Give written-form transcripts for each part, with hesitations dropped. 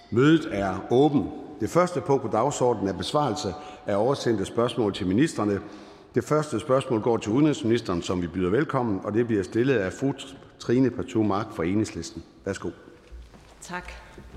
Mødet er åbent. Det første punkt på dagsordenen er besvarelse af oversendte spørgsmål til ministrene. Det første spørgsmål går til udenrigsministeren, som vi byder velkommen, og det bliver stillet af fru Trine Pertou Mach fra Enhedslisten. Værsgo. Tak.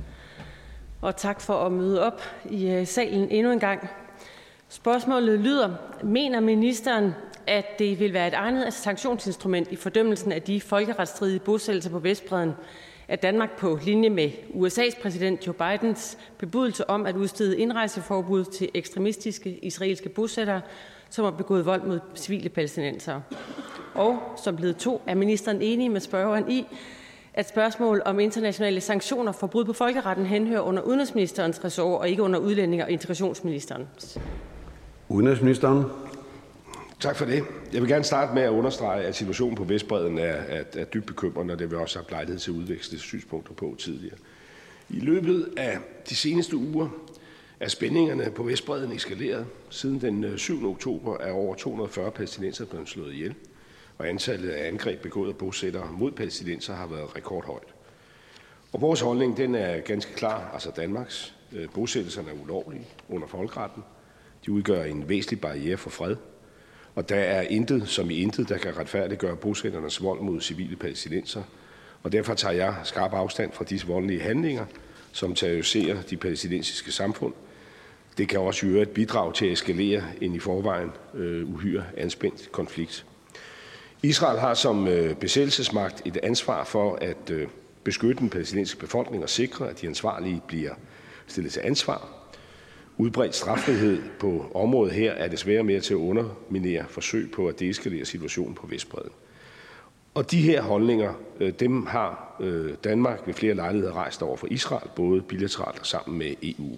Og tak for at møde op i salen endnu en gang. Spørgsmålet lyder: Mener ministeren, at det vil være et egnet sanktionsinstrument i fordømmelsen af de folkeretsstridige bosættelser på Vestbredden, at Danmark på linje med USA's præsident Joe Bidens bebudelse om at udstede indrejseforbud til ekstremistiske israelske bosættere, som har begået vold mod civile palæstinensere? Og som led 2, er ministeren enig med spørgeren i, at spørgsmål om internationale sanktioner for brud på folkeretten henhører under udenrigsministerens ressort og ikke under udlændinge- og integrationsministerens? Udenrigsministeren. Tak for det. Jeg vil gerne starte med at understrege, at situationen på Vestbredden er dybt bekymrende, og det vil også have lejlighed til at udveksle synspunkter på tidligere. I løbet af de seneste uger er spændingerne på Vestbredden eskaleret. Siden den 7. oktober er over 240 palæstinenser blevet slået ihjel, og antallet af angreb begået af bosættere mod palæstinenser har været rekordhøjt. Og vores holdning den er ganske klar, altså Danmarks. Bosættelserne er ulovlige under folkeretten. De udgør en væsentlig barriere for fred. Og der er intet, som i intet, der kan retfærdiggøre bosætternes vold mod civile palæstinenser. Og derfor tager jeg skarp afstand fra disse voldelige handlinger, som terroriserer de palæstinensiske samfund. Det kan også gøre et bidrag til at eskalere en i forvejen uhyre anspændt konflikt. Israel har som besættelsesmagt et ansvar for at beskytte den palæstinensiske befolkning og sikre, at de ansvarlige bliver stillet til ansvar. Udbredt straffrihed på området her er desværre mere til at underminere forsøg på at deeskalere situationen på Vestbredden. Og de her holdninger, dem har Danmark ved flere lejligheder rejst over for Israel, både bilateralt og sammen med EU.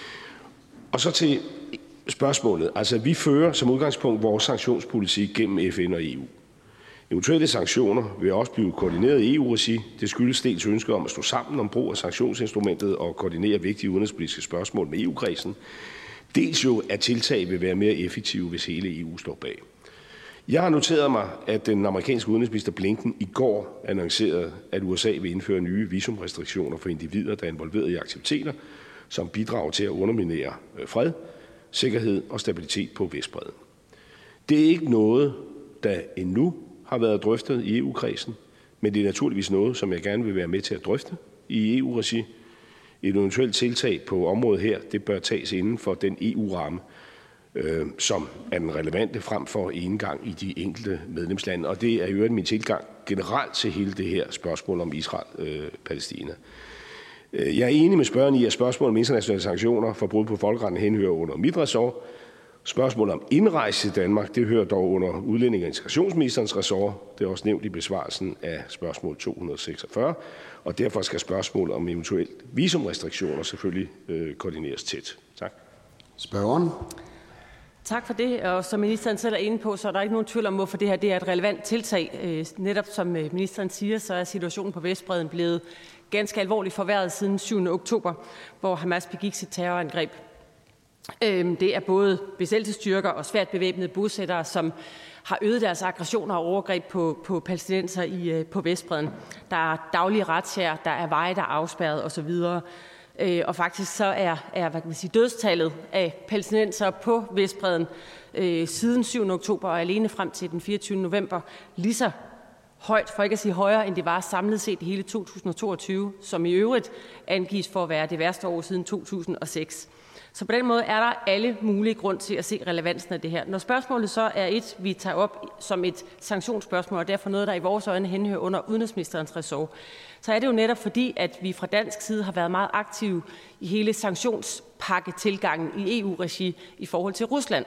Og så til spørgsmålet. Altså, vi fører som udgangspunkt vores sanktionspolitik gennem FN og EU. Eventuelle sanktioner vil også blive koordineret i EU-regi. Det skyldes dels ønsker om at stå sammen om brug af sanktionsinstrumentet og koordinere vigtige udenrigspolitiske spørgsmål med EU-kredsen. Dels jo, at tiltag vil være mere effektive, hvis hele EU står bag. Jeg har noteret mig, at den amerikanske udenrigsminister Blinken i går annoncerede, at USA vil indføre nye visumrestriktioner for individer, der er involveret i aktiviteter, som bidrager til at underminere fred, sikkerhed og stabilitet på Vestbredden. Det er ikke noget, der endnu har været drøftet i EU-kredsen, men det er naturligvis noget, som jeg gerne vil være med til at drøfte i EU-regi. Et eventuelt tiltag på området her, det bør tages inden for den EU-ramme, som er den relevante frem for enegang i de enkelte medlemslande. Og det er jo min tilgang generelt til hele det her spørgsmål om Israel-Palæstina. Jeg er enig med spørgeren i, at spørgsmål om internationale sanktioner for brud på folkeretten henhører under mit ressort. Spørgsmålet om indrejse til Danmark, det hører dog under udlændinge- og integrationsministerens ressort. Det er også nævnt i besvarelsen af spørgsmål 246, og derfor skal spørgsmålet om eventuelt visumrestriktioner selvfølgelig koordineres tæt. Tak. Spørgeren. Tak for det, og som ministeren selv er inde på, så er der ikke nogen tvivl om, hvorfor det her det er et relevant tiltag. Netop som ministeren siger, så er situationen på Vestbredden blevet ganske alvorligt forværret siden 7. oktober, hvor Hamas begik sit terrorangreb. Det er både besættelsesstyrker og svært bevæbnede bosættere, som har øget deres aggressioner og overgreb på palæstinenser på Vestbredden. Der er daglige razziaer, der er veje, der er afspærret osv. Og faktisk så er dødstallet af palæstinenser på Vestbredden siden 7. oktober og alene frem til den 24. november lige så højt, for ikke at sige højere, end det var samlet set i hele 2022, som i øvrigt angives for at være det værste år siden 2006. Så på den måde er der alle mulige grund til at se relevansen af det her. Når spørgsmålet så er et, vi tager op som et sanktionsspørgsmål, og derfor noget, der i vores øjne henhører under udenrigsministerens ressort, så er det jo netop fordi, at vi fra dansk side har været meget aktive i hele sanktionspakketilgangen i EU-regi i forhold til Rusland.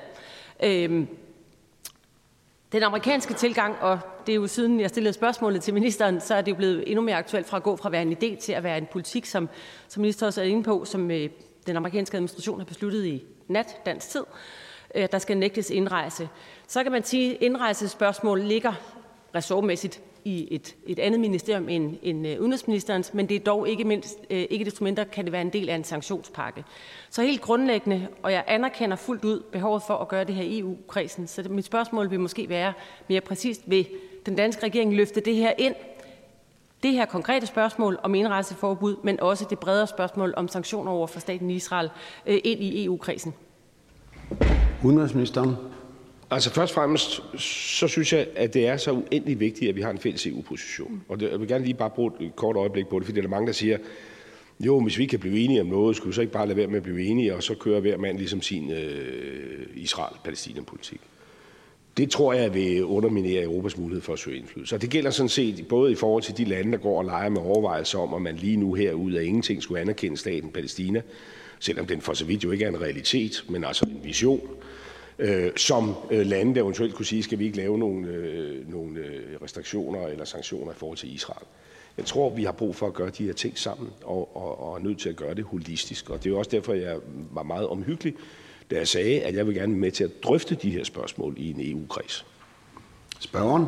Den amerikanske tilgang, og det er jo siden jeg stillede spørgsmålet til ministeren, så er det jo blevet endnu mere aktuelt fra at gå fra at være en idé til at være en politik, som ministeren også er inde på, som den amerikanske administration har besluttet i nat dansk tid, der skal nægtes indrejse. Så kan man sige, at indrejsespørgsmål ligger ressortmæssigt i et andet ministerium end udenrigsministerens, men det er dog ikke desto mindre kan det være en del af en sanktionspakke. Så helt grundlæggende, og jeg anerkender fuldt ud behovet for at gøre det her i EU-kredsen, så mit spørgsmål vil måske være mere præcist, vil den danske regering løfte det her ind det her konkrete spørgsmål om indrejseforbud, men også det bredere spørgsmål om sanktioner over for staten Israel ind i EU-kredsen? Udenrigsministeren. Altså først og fremmest, så synes jeg, at det er så uendelig vigtigt, at vi har en fælles EU-position. Og jeg vil gerne lige bare bruge et kort øjeblik på det, fordi der er mange, der siger, jo, hvis vi kan blive enige om noget, skulle vi så ikke bare lade være med at blive enige, og så kører hver mand ligesom sin Israel-Palæstina-politik. Det tror jeg vil underminere Europas mulighed for at søge indflydelse. Og det gælder sådan set både i forhold til de lande, der går og leger med overvejelser om, at man lige nu herude af ingenting skulle anerkende staten Palæstina, selvom den for så vidt jo ikke er en realitet, men altså en vision, som lande, der eventuelt kunne sige, skal vi ikke lave nogle restriktioner eller sanktioner i forhold til Israel. Jeg tror, vi har brug for at gøre de her ting sammen, og er nødt til at gøre det holistisk. Og det er jo også derfor, jeg var meget omhyggelig, da jeg sagde, at jeg vil gerne være med til at drøfte de her spørgsmål i en EU-kreds. Spørgeren.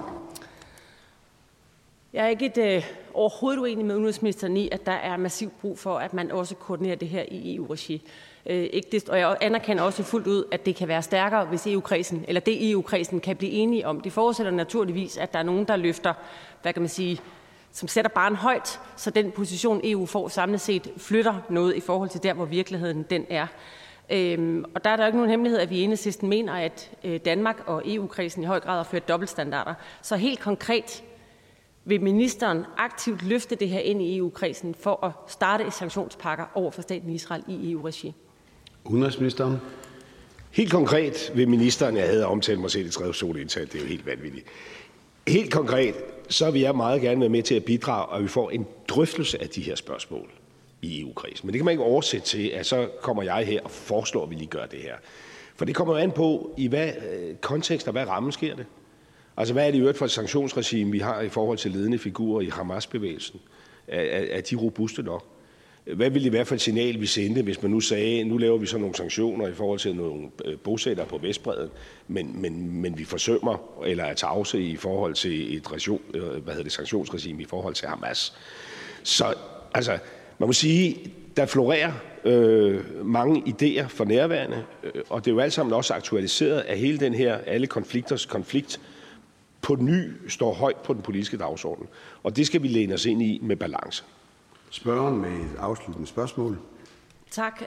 Jeg er ikke overhovedet uenig med udenrigsministeren i, at der er massiv brug for, at man også koordinerer det her i EU-regi. Og jeg anerkender også fuldt ud, at det kan være stærkere, hvis EU-kredsen, eller det EU-kredsen kan blive enige om. Det forudsætter naturligvis, at der er nogen, der løfter, hvad kan man sige, som sætter barren højt, så den position EU får samlet set flytter noget i forhold til der, hvor virkeligheden den er. Og der er der jo ikke nogen hemmelighed, at vi i Enhedslisten mener, at Danmark og EU-kredsen i høj grad har ført dobbeltstandarder. Så helt konkret vil ministeren aktivt løfte det her ind i EU-kredsen for at starte sanktionspakker over for staten Israel i EU-regi? Udenrigsministeren. Helt konkret vil ministeren, jeg havde omtalt mig selv i tredje solindtalt, det er jo helt vanvittigt. Helt konkret, så vil jeg meget gerne være med til at bidrage, og vi får en drøftelse af de her spørgsmål i EU-kredsen. Men det kan man ikke oversætte til, at så kommer jeg her og foreslår, at vi lige gør det her. For det kommer jo an på, i hvad kontekst og hvad ramme sker det. Altså hvad er det i øvrigt for et sanktionsregime, vi har i forhold til ledende figurer i Hamas-bevægelsen? Er de robuste nok? Hvad ville det være for et signal, vi sendte, hvis man nu sagde, nu laver vi så nogle sanktioner i forhold til nogle bosættere på Vestbredden, men vi forsømmer eller er tavse i forhold til et sanktionsregime i forhold til Hamas. Så altså, man må sige, der florerer mange idéer for nærværende, og det er jo alt sammen også aktualiseret af hele den her, alle konflikters konflikt, på ny står højt på den politiske dagsorden. Og det skal vi læne os ind i med balance. Spørgeren med et afsluttende spørgsmål. Tak.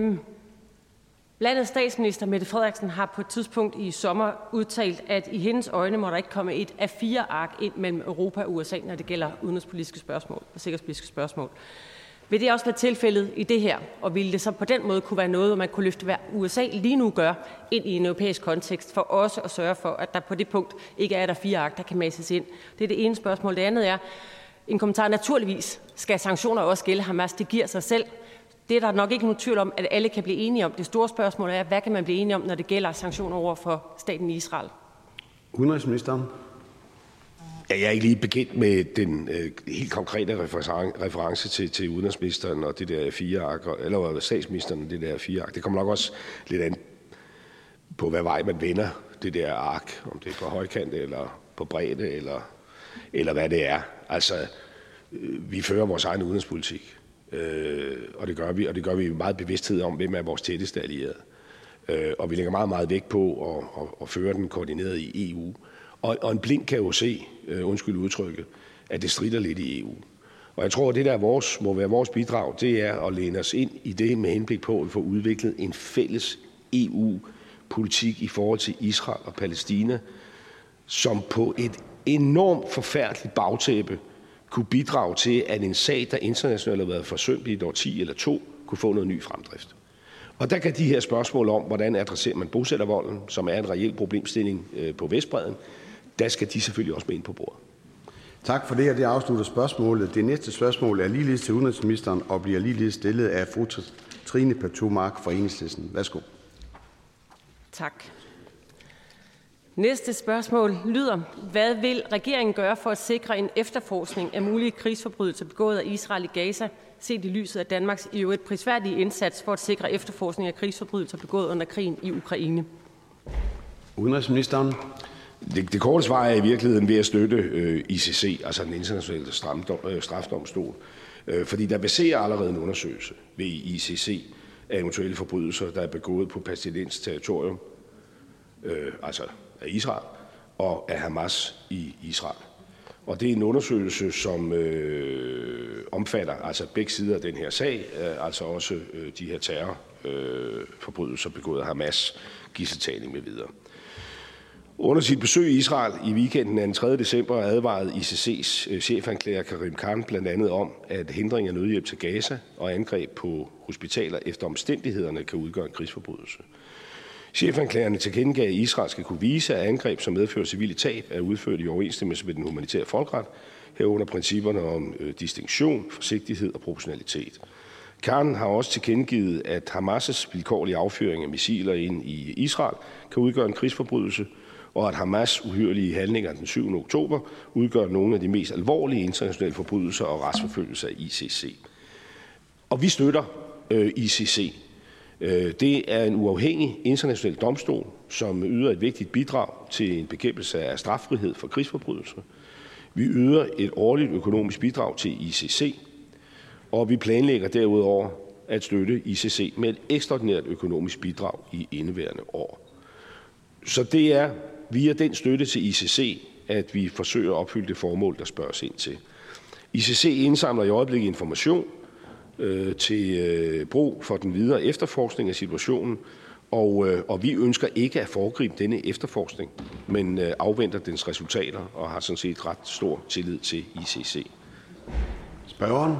Landets statsminister Mette Frederiksen har på et tidspunkt i sommer udtalt, at i hendes øjne må der ikke komme et af 4 ark ind mellem Europa og USA, når det gælder udenrigspolitiske spørgsmål og sikkerhedspolitiske spørgsmål. Vil det også være tilfældet i det her, og ville det så på den måde kunne være noget, man kunne løfte, hvad USA lige nu gør, ind i en europæisk kontekst, for også at sørge for, at der på det punkt ikke er der 4 ark, der kan masses ind? Det er det ene spørgsmål. Det andet er en kommentar. Naturligvis skal sanktioner også gælde Hamas. Det giver sig selv. Det er der nok ikke nogen tvivl om, at alle kan blive enige om. Det store spørgsmål er, hvad kan man blive enige om, når det gælder sanktioner over for staten Israel? Udenrigsministeren. Ja, jeg er ikke lige bekendt med den helt konkrete reference til udenrigsministeren og det der 4 ark, eller statsministeren det der 4 ark. Det kommer nok også lidt an på, hvad vej man vender det der ark, om det er på højkant eller på bredde, eller hvad det er. Altså, vi fører vores egen udenrigspolitik, og det gør vi med meget bevidsthed om, hvem er vores tætteste allierede. Og vi lægger meget, meget vægt på at føre den koordineret i EU. Og en blind kan jo se, undskyld udtrykket, at det stritter lidt i EU. Og jeg tror, at det der må være vores bidrag, det er at læne os ind i det med henblik på, at vi får udviklet en fælles EU-politik i forhold til Israel og Palæstina, som på et enormt forfærdeligt bagtæppe kunne bidrage til, at en sag, der internationalt har været forsømt i et årti eller 2, kunne få noget ny fremdrift. Og der kan de her spørgsmål om, hvordan adresserer man bosættervolden, som er en reel problemstilling på Vestbredden, der skal de selvfølgelig også med ind på bordet. Tak for det, og det afslutter spørgsmålet. Det næste spørgsmål er ligeledes til udenrigsministeren og bliver ligeledes stillet af fru Trine Pertou Mach fra Enhedslisten. Værsgo. Tak. Næste spørgsmål lyder: Hvad vil regeringen gøre for at sikre en efterforskning af mulige krigsforbrydelser begået af Israel i Gaza, set i lyset af Danmarks i øvrigt prisværdige indsats for at sikre efterforskning af krigsforbrydelser begået under krigen i Ukraine? Udenrigsministeren. Det korte svar er i virkeligheden ved at støtte ICC, altså den internationale strafdomstol, fordi der baserer allerede en undersøgelse ved ICC af eventuelle forbrydelser, der er begået på palæstinensisk territorium, altså af Israel og af Hamas i Israel. Og det er en undersøgelse, som omfatter altså begge sider af den her sag, altså også de her terrorforbrydelser begået af Hamas, gidseltagning med videre. Under sit besøg i Israel i weekenden den 3. december advarede ICC's chefanklager Karim Khan blandt andet om, at hindring af nødhjælp til Gaza og angreb på hospitaler efter omstændighederne kan udgøre en krigsforbrydelse. Chefanklagerne tilkendegav, at Israel skal kunne vise, at angreb, som medfører civile tab, er udført i overensstemmelse med den humanitære folkeret, herunder principperne om distinktion, forsigtighed og proportionalitet. Khan har også tilkendegivet, at Hamas' vilkårlige affyring af missiler ind i Israel kan udgøre en krigsforbrydelse, og at Hamas' uhyrlige handlinger den 7. oktober udgør nogle af de mest alvorlige internationale forbrydelser og retsforfølgelser af ICC. Og vi støtter ICC. Det er en uafhængig international domstol, som yder et vigtigt bidrag til en bekæmpelse af straffrihed for krigsforbrydelser. Vi yder et årligt økonomisk bidrag til ICC, og vi planlægger derudover at støtte ICC med et ekstraordinært økonomisk bidrag i indeværende år. Så det er via den støtte til ICC, at vi forsøger at opfylde det formål, der spørges ind til. ICC indsamler i øjeblikket information til brug for den videre efterforskning af situationen, og vi ønsker ikke at foregribe denne efterforskning, men afventer dens resultater og har sådan set ret stor tillid til ICC. Spørgeren?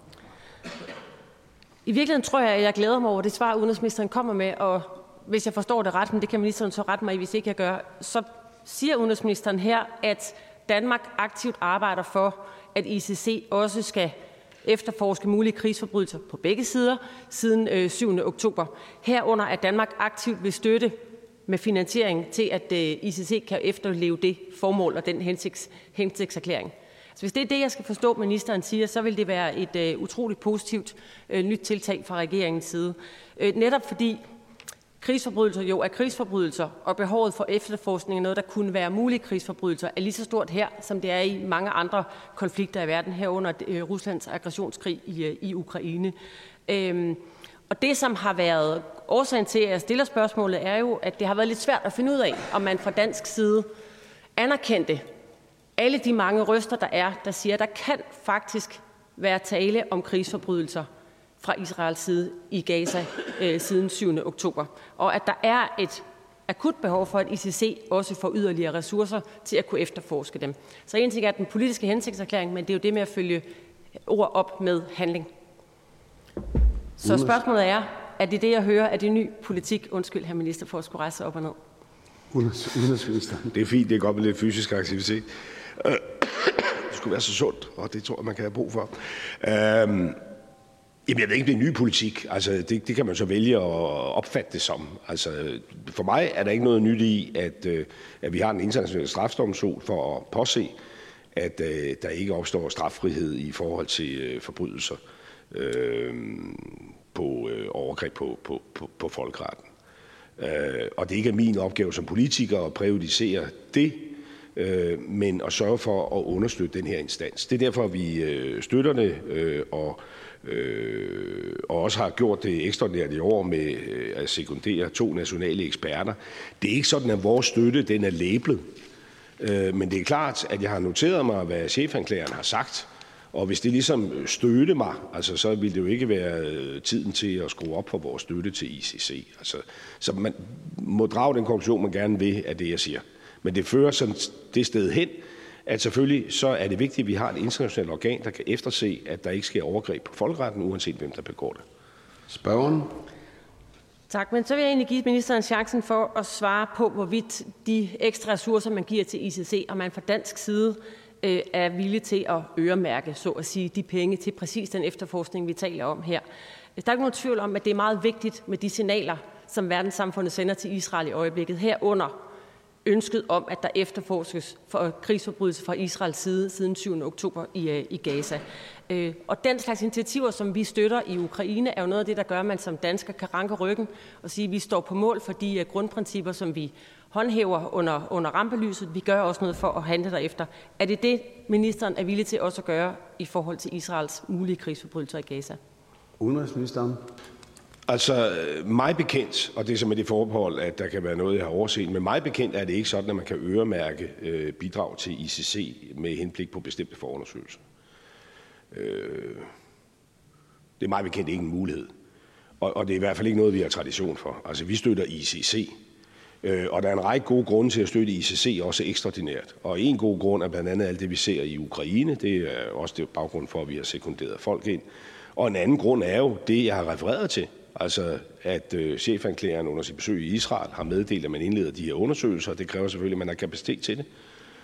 I virkeligheden tror jeg, at jeg glæder mig over det svar, udenrigsministeren kommer med, og hvis jeg forstår det ret, men det kan ministeren så rette mig i, hvis ikke jeg gør, så siger udenrigsministeren her, at Danmark aktivt arbejder for, at ICC også skal efterforske mulige krigsforbrydelser på begge sider siden 7. oktober. Herunder at Danmark aktivt vil støtte med finansiering til, at ICC kan efterleve det formål og den hensigtserklæring. Så hvis det er det, jeg skal forstå, ministeren siger, så vil det være et utroligt positivt nyt tiltag fra regeringens side. Netop fordi krigsforbrydelser jo er krigsforbrydelser, og behovet for efterforskning af noget, der kunne være mulige krigsforbrydelser, er lige så stort her, som det er i mange andre konflikter i verden, herunder Ruslands aggressionskrig i Ukraine. Og det, som har været årsagen til, at jeg stiller spørgsmålet, er jo, at det har været lidt svært at finde ud af, om man fra dansk side anerkendte alle de mange røster, der siger, at der kan faktisk være tale om krigsforbrydelser fra Israels side i Gaza siden 7. oktober, og at der er et akut behov for, at ICC også får yderligere ressourcer til at kunne efterforske dem. Så en ting er den politiske hensigtserklæring, men det er jo det med at følge ord op med handling. Så spørgsmålet er det det, jeg hører, er det ny politik? Undskyld, hr. minister, for at skulle rejse op og ned. Det er fint, det er godt med lidt fysisk aktivitet. Det skulle være så sundt, og det tror jeg, man kan have brug for. Jamen, jeg ved ikke, det er en ny politik. Altså, det kan man så vælge at opfatte det som. Altså, for mig er der ikke noget nyt i, at vi har en international strafdomstol for at påse, at der ikke opstår straffrihed i forhold til forbrydelser på overgreb på folkeretten. Og det ikke er min opgave som politiker at præjudicere det, men at sørge for at understøtte den her instans. Det er derfor, vi støtter det og også har gjort det ekstraordinært i år med at sekundere 2 nationale eksperter. Det er ikke sådan, at vores støtte den er lablet, men det er klart, at jeg har noteret mig, hvad chefanklageren har sagt, og hvis det ligesom støtte mig, altså, så vil det jo ikke være tiden til at skrue op for vores støtte til ICC. Altså, så man må drage den konklusion, man gerne vil af det, jeg siger. Men det fører sådan det sted hen, at selvfølgelig så er det vigtigt, at vi har et internationalt organ, der kan efterse, at der ikke sker overgreb på folkeretten, uanset hvem der begår det. Spørgeren? Tak, men så vil jeg egentlig give ministeren chancen for at svare på, hvorvidt de ekstra ressourcer, man giver til ICC, og man fra dansk side er villig til at øremærke, så at sige, de penge til præcis den efterforskning, vi taler om her. Der er ikke nogen tvivl om, at det er meget vigtigt med de signaler, som verdenssamfundet sender til Israel i øjeblikket, herunder ønsket om, at der efterforskes for krigsforbrydelser fra Israels side siden 7. oktober i Gaza. Og den slags initiativer, som vi støtter i Ukraine, er jo noget af det, der gør, at man som dansker kan ranke ryggen og sige, at vi står på mål for de grundprincipper, som vi håndhæver under rampelyset. Vi gør også noget for at handle derefter. Er det det, ministeren er villig til også at gøre i forhold til Israels mulige krigsforbrydelser i Gaza? Udenrigsministeren. Altså mig bekendt, og det er så med det forbehold, at der kan være noget, jeg har overset, men mig bekendt er det ikke sådan, at man kan øremærke bidrag til ICC med henblik på bestemte forundersøgelser. Det er mig bekendt ikke en mulighed. Og det er i hvert fald ikke noget, vi har tradition for. Altså vi støtter ICC, og der er en række gode grunde til at støtte ICC, også ekstraordinært. Og en god grund er blandt andet alt det, vi ser i Ukraine. Det er også det baggrund for, at vi har sekunderet folk ind. Og en anden grund er jo det, jeg har refereret til. Altså at chefanklageren under sit besøg i Israel har meddelt, at man indleder de her undersøgelser. Det kræver selvfølgelig, at man har kapacitet til det.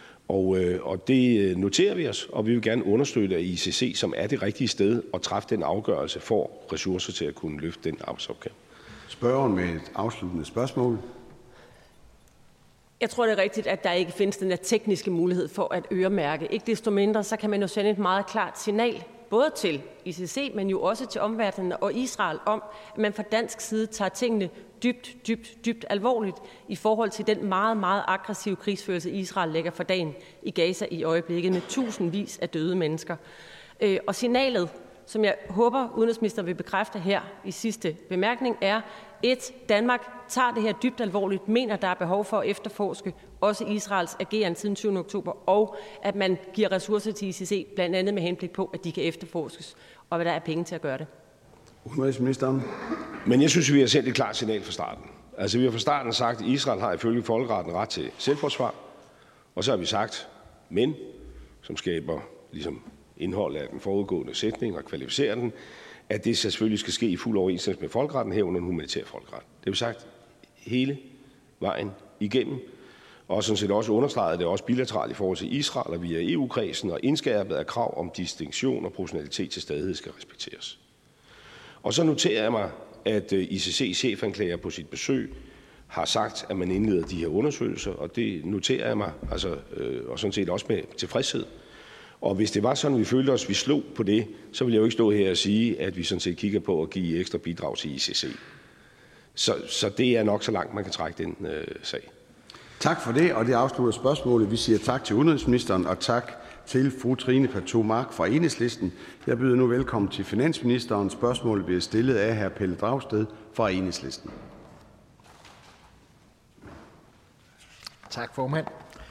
Og det noterer vi os, og vi vil gerne understøtte, at ICC, som er det rigtige sted at træffe den afgørelse, får ressourcer til at kunne løfte den arbejdsopgave. Spørgeren med et afsluttende spørgsmål. Jeg tror, det er rigtigt, at der ikke findes den der tekniske mulighed for at øremærke. Ikke desto mindre, så kan man jo sende et meget klart signal, både til ICC, men jo også til omverdenen og Israel, om, at man fra dansk side tager tingene dybt alvorligt i forhold til den meget, meget aggressive krigsførelse, Israel lægger for dagen i Gaza i øjeblikket med tusindvis af døde mennesker. Og signalet, som jeg håber, udenrigsministeren vil bekræfte her i sidste bemærkning, er, 1. Danmark tager det her dybt alvorligt, mener, der er behov for at efterforske også Israels ageren siden 7. oktober, og at man giver ressourcer til ICC, blandt andet med henblik på, at de kan efterforskes, og hvad der er penge til at gøre det. Udenrigsministeren. Men jeg synes, vi har sendt et klart signal fra starten. Altså vi har fra starten sagt, at Israel har ifølge folkeretten ret til selvforsvar, og så har vi sagt, men, som skaber ligesom indhold af den forudgående sætning og kvalificerer den, at det selvfølgelig skal ske i fuld overensstemmelse med folkeretten herunder den humanitære folkeret. Det har vi sagt hele vejen igennem, og sådan set også understreget det også bilateralt i forhold til Israel og via EU-kredsen, og indskærpet af krav om distinktion og proportionalitet til stadighed skal respekteres. Og så noterer jeg mig, at ICC-chefanklager på sit besøg har sagt, at man indleder de her undersøgelser, og det noterer jeg mig, altså, og sådan set også med tilfredshed. Og hvis det var sådan, vi følte os, vi slog på det, så ville jeg jo ikke stå her og sige, at vi sådan set kigger på at give ekstra bidrag til ICC. Så det er nok så langt, man kan trække den sag. Tak for det, og det afslutter spørgsmålet. Vi siger tak til udenrigsministeren, og tak til fru Trine Pertou Mach fra Enhedslisten. Jeg byder nu velkommen til finansministeren. Spørgsmålet bliver stillet af hr. Pelle Dragsted fra Enhedslisten. Tak, formand.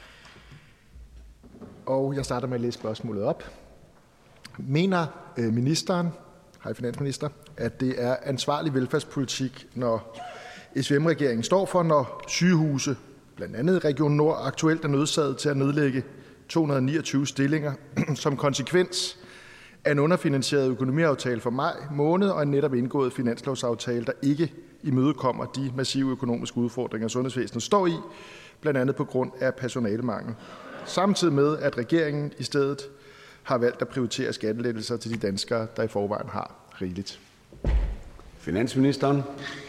Og jeg starter med at læse spørgsmålet op. Mener ministeren, finansminister, at det er ansvarlig velfærdspolitik, når SVM-regeringen står for, når sygehuse, blandt andet Region Nord, aktuelt er nødsaget til at nedlægge 229 stillinger som konsekvens af en underfinansieret økonomiaftale for maj måned og en netop indgået finanslovsaftale, der ikke imødekommer de massive økonomiske udfordringer, sundhedsvæsenet står i, blandt andet på grund af personalemangel. Samtidig med, at regeringen i stedet har valgt at prioritere skattelettelser til de danskere, der i forvejen har rigeligt. Finansministeren.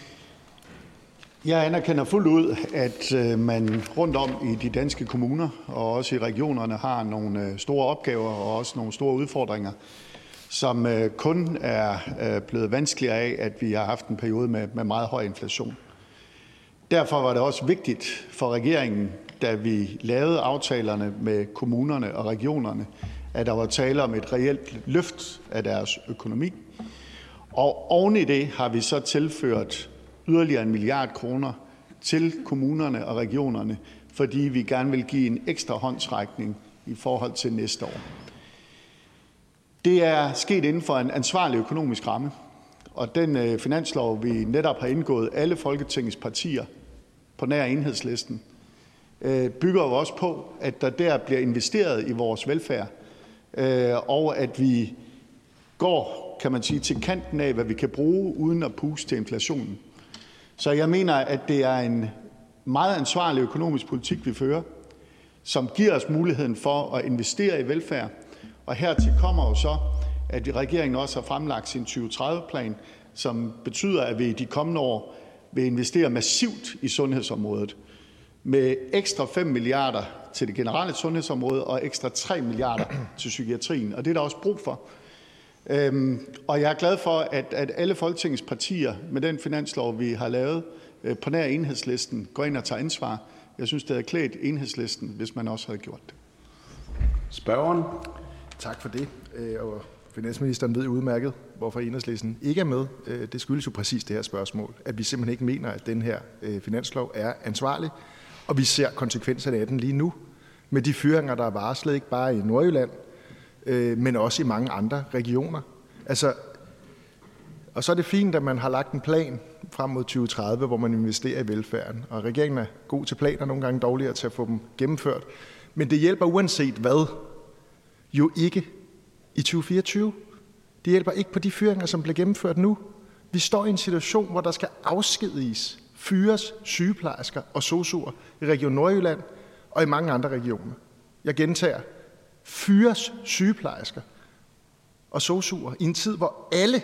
Jeg anerkender fuldt ud, at man rundt om i de danske kommuner og også i regionerne har nogle store opgaver og også nogle store udfordringer, som kun er blevet vanskeligere af, at vi har haft en periode med meget høj inflation. Derfor var det også vigtigt for regeringen, da vi lavede aftalerne med kommunerne og regionerne, at der var tale om et reelt løft af deres økonomi. Og oven i det har vi så tilført yderligere 1 milliard kroner til kommunerne og regionerne, fordi vi gerne vil give en ekstra håndsrækning i forhold til næste år. Det er sket inden for en ansvarlig økonomisk ramme, og den finanslov, vi netop har indgået alle Folketingets partier på nær Enhedslisten, bygger jo også på, at der bliver investeret i vores velfærd, og at vi går, kan man sige, til kanten af, hvad vi kan bruge, uden at puste til inflationen. Så jeg mener, at det er en meget ansvarlig økonomisk politik, vi fører, som giver os muligheden for at investere i velfærd. Og hertil kommer jo så, at regeringen også har fremlagt sin 2030-plan, som betyder, at vi i de kommende år vil investere massivt i sundhedsområdet med ekstra 5 milliarder til det generelle sundhedsområde og ekstra 3 milliarder til psykiatrien. Og det er der også brug for. Og jeg er glad for, at alle Folketingets partier med den finanslov, vi har lavet på nær Enhedslisten, går ind og tager ansvar. Jeg synes, det havde klædt Enhedslisten, hvis man også havde gjort det. Spørgeren. Tak for det. Og finansministeren ved udmærket, hvorfor Enhedslisten ikke er med. Det skyldes jo præcis det her spørgsmål, at vi simpelthen ikke mener, at den her finanslov er ansvarlig, og vi ser konsekvenserne af den lige nu, med de fyringer, der er varslet, ikke bare i Nordjylland, men også i mange andre regioner. Altså, og så er det fint, at man har lagt en plan frem mod 2030, hvor man investerer i velfærden, og regeringen er god til planer, nogle gange dårligere til at få dem gennemført. Men det hjælper uanset hvad, jo ikke i 2024. Det hjælper ikke på de fyringer, som bliver gennemført nu. Vi står i en situation, hvor der skal afskediges, fyres sygeplejersker og sosu'er i Region Nordjylland og i mange andre regioner. Jeg gentager, fyres sygeplejersker og sosu'er i en tid, hvor alle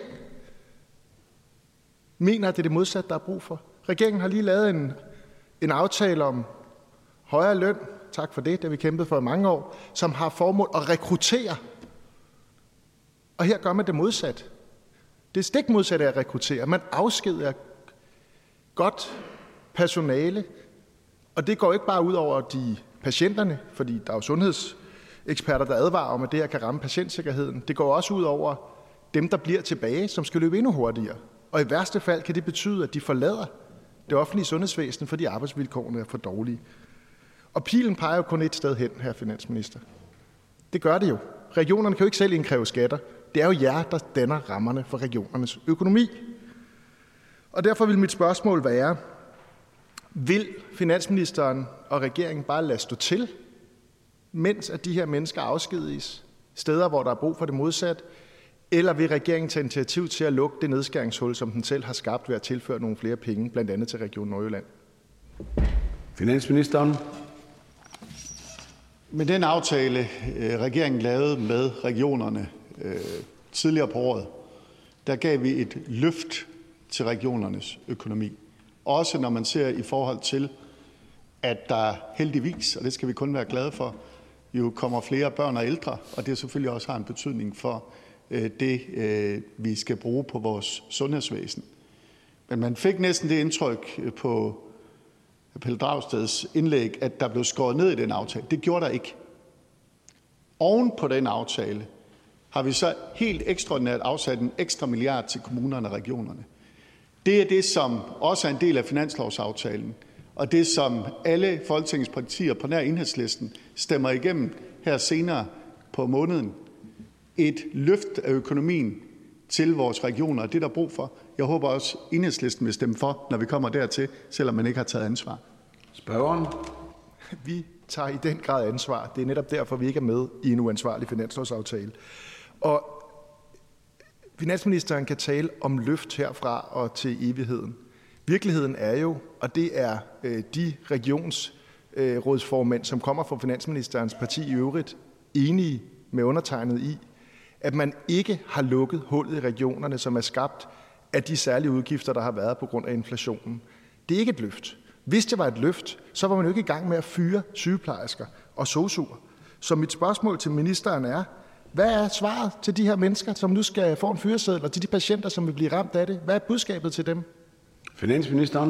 mener, at det er det modsatte, der er brug for. Regeringen har lige lavet en aftale om højere løn, tak for det har vi kæmpet for i mange år, som har formål at rekruttere. Og her gør man det modsat. Det er stik modsat af at rekruttere. Man afskediger godt personale, og det går ikke bare ud over de patienterne, fordi der er jo sundhedseksperter, der advarer om, at det her kan ramme patientsikkerheden. Det går også ud over dem, der bliver tilbage, som skal løbe endnu hurtigere. Og i værste fald kan det betyde, at de forlader det offentlige sundhedsvæsen, fordi arbejdsvilkårene er for dårlige. Og pilen peger jo kun et sted hen, herre finansminister. Det gør det jo. Regionerne kan jo ikke selv indkræve skatter. Det er jo jer, der danner rammerne for regionernes økonomi. Og derfor vil mit spørgsmål være, vil finansministeren og regeringen bare lade stå til, mens at de her mennesker afskediges steder, hvor der er brug for det modsat, eller vil regeringen tage initiativ til at lukke det nedskæringshul, som den selv har skabt ved at tilføre nogle flere penge, blandt andet til Region Nordjylland? Finansministeren. Med den aftale, regeringen lavede med regionerne tidligere på året, der gav vi et løft til regionernes økonomi. Også når man ser i forhold til, at der heldigvis, og det skal vi kun være glade for, jo kommer flere børn og ældre, og det selvfølgelig også har en betydning for det, vi skal bruge på vores sundhedsvæsen. Men man fik næsten det indtryk på Pelle Dragsteds indlæg, at der blev skåret ned i den aftale. Det gjorde der ikke. Oven på den aftale har vi så helt ekstraordinært afsat en ekstra milliard til kommunerne og regionerne. Det er det, som også er en del af finanslovsaftalen, og det, som alle Folketingets partier på nær Enhedslisten stemmer igennem her senere på måneden. Et løft af økonomien til vores regioner, og det er der brug for. Jeg håber også, Enhedslisten vil stemme for, når vi kommer dertil, selvom man ikke har taget ansvar. Spørgeren. Vi tager i den grad ansvar. Det er netop derfor, vi ikke er med i en uansvarlig finanslovsaftale. Og finansministeren kan tale om løft herfra og til evigheden. Virkeligheden er jo, og det er de regionsrådsformænd, som kommer fra finansministerens parti i øvrigt, enige med undertegnet i, at man ikke har lukket hullet i regionerne, som er skabt af de særlige udgifter, der har været på grund af inflationen. Det er ikke et løft. Hvis det var et løft, så var man jo ikke i gang med at fyre sygeplejersker og sosu'er. Så mit spørgsmål til ministeren er, hvad er svaret til de her mennesker, som nu skal få en fyreseddel, og til de patienter, som vil blive ramt af det? Hvad er budskabet til dem? Finansministeren.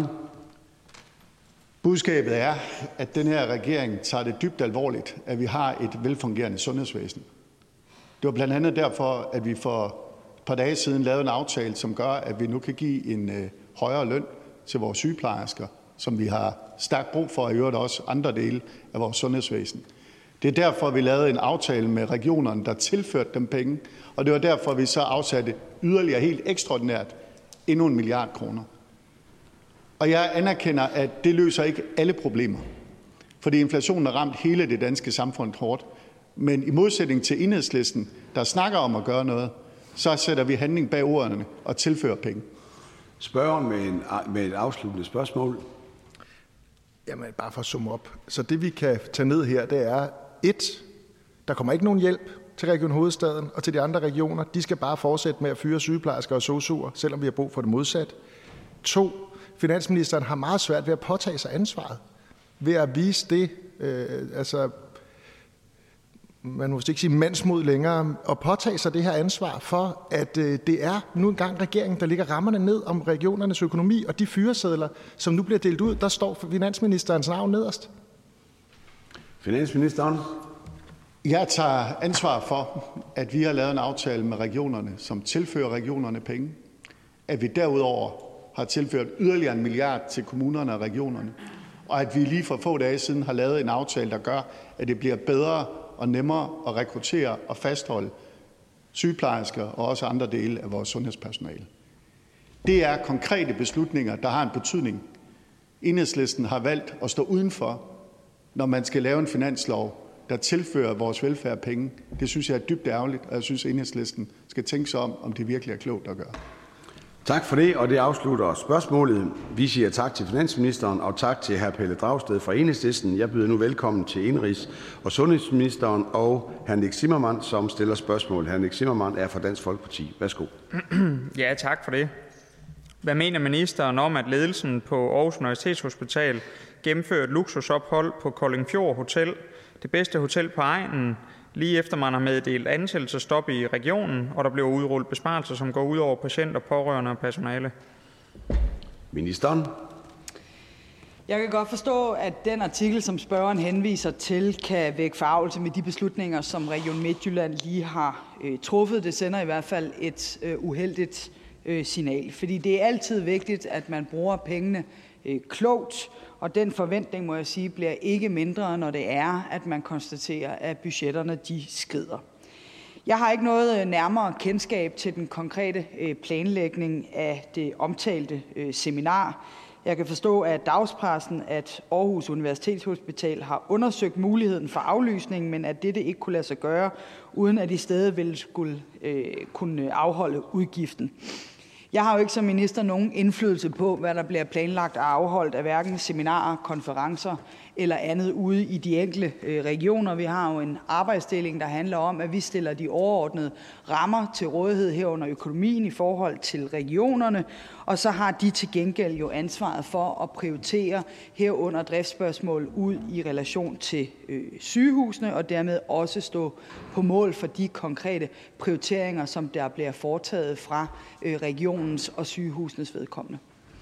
Budskabet er, at den her regering tager det dybt alvorligt, at vi har et velfungerende sundhedsvæsen. Det var blandt andet derfor, at vi for et par dage siden lavede en aftale, som gør, at vi nu kan give en højere løn til vores sygeplejersker, som vi har stærkt brug for, og i øvrigt også andre dele af vores sundhedsvæsen. Det er derfor, vi lavede en aftale med regionerne, der tilførte dem penge, og det var derfor, vi så afsatte yderligere helt ekstraordinært endnu 1 milliard kroner. Og jeg anerkender, at det løser ikke alle problemer, fordi inflationen har ramt hele det danske samfund hårdt. Men i modsætning til Enhedslisten, der snakker om at gøre noget, så sætter vi handling bag ordene og tilfører penge. Spørgeren med et afsluttende spørgsmål. Jamen, bare for at summe op. Så det, vi kan tage ned her, det er 1. Der kommer ikke nogen hjælp til Region Hovedstaden og til de andre regioner. De skal bare fortsætte med at fyre sygeplejersker og sosu'er, selvom vi har brug for det modsat. 2. Finansministeren har meget svært ved at påtage sig ansvaret. Ved at vise det, man må ikke sige mandsmod længere, og påtage sig det her ansvar for, at det er nu engang regeringen, der ligger rammerne ned om regionernes økonomi, og de fyresedler, som nu bliver delt ud, der står finansministerens navn nederst. Finansministeren. Jeg tager ansvar for, at vi har lavet en aftale med regionerne, som tilfører regionerne penge. At vi derudover har tilført yderligere 1 milliard til kommunerne og regionerne. Og at vi lige for få dage siden har lavet en aftale, der gør, at det bliver bedre og nemmere at rekruttere og fastholde sygeplejersker og også andre dele af vores sundhedspersonale. Det er konkrete beslutninger, der har en betydning. Enhedslisten har valgt at stå udenfor, når man skal lave en finanslov, der tilfører vores velfærd penge. Det synes jeg er dybt ærgerligt, og jeg synes, at Enhedslisten skal tænke sig om det virkelig er klogt at gøre. Tak for det, og det afslutter spørgsmålet. Vi siger tak til finansministeren og tak til hr. Pelle Dragsted fra Enhedslisten. Jeg byder nu velkommen til indenrigs- og sundhedsministeren og hr. Nick Zimmermann, som stiller spørgsmål. Hr. Nick Zimmermann er fra Dansk Folkeparti. Værsgo. Ja, tak for det. Hvad mener ministeren om, at ledelsen på Aarhus Universitetshospital gennemførte et luksusophold på Koldingfjord Hotel, det bedste hotel på egnen, lige efter man har meddelt ansættelsesstop i regionen, og der blev udrullet besparelser, som går ud over patienter, pårørende og personale? Ministeren. Jeg kan godt forstå, at den artikel, som spørgeren henviser til, kan vække forargelse med de beslutninger, som Region Midtjylland lige har truffet. Det sender i hvert fald et uheldigt signal, fordi det er altid vigtigt, at man bruger pengene klogt, og den forventning, må jeg sige, bliver ikke mindre, når det er, at man konstaterer, at budgetterne de skrider. Jeg har ikke noget nærmere kendskab til den konkrete planlægning af det omtalte seminar. Jeg kan forstå af dagspressen, at Aarhus Universitetshospital har undersøgt muligheden for aflysning, men at dette ikke kunne lade sig gøre, uden at de stadig ville skulle kunne afholde udgiften. Jeg har jo ikke som minister nogen indflydelse på, hvad der bliver planlagt og afholdt af hverken seminarer, konferencer eller andet ude i de enkelte regioner. Vi har jo en arbejdsdeling, der handler om, at vi stiller de overordnede rammer til rådighed herunder økonomien i forhold til regionerne, og så har de til gengæld jo ansvaret for at prioritere herunder driftsspørgsmål ud i relation til sygehusene, og dermed også stå på mål for de konkrete prioriteringer, som der bliver foretaget fra regionens og sygehusenes vedkommende.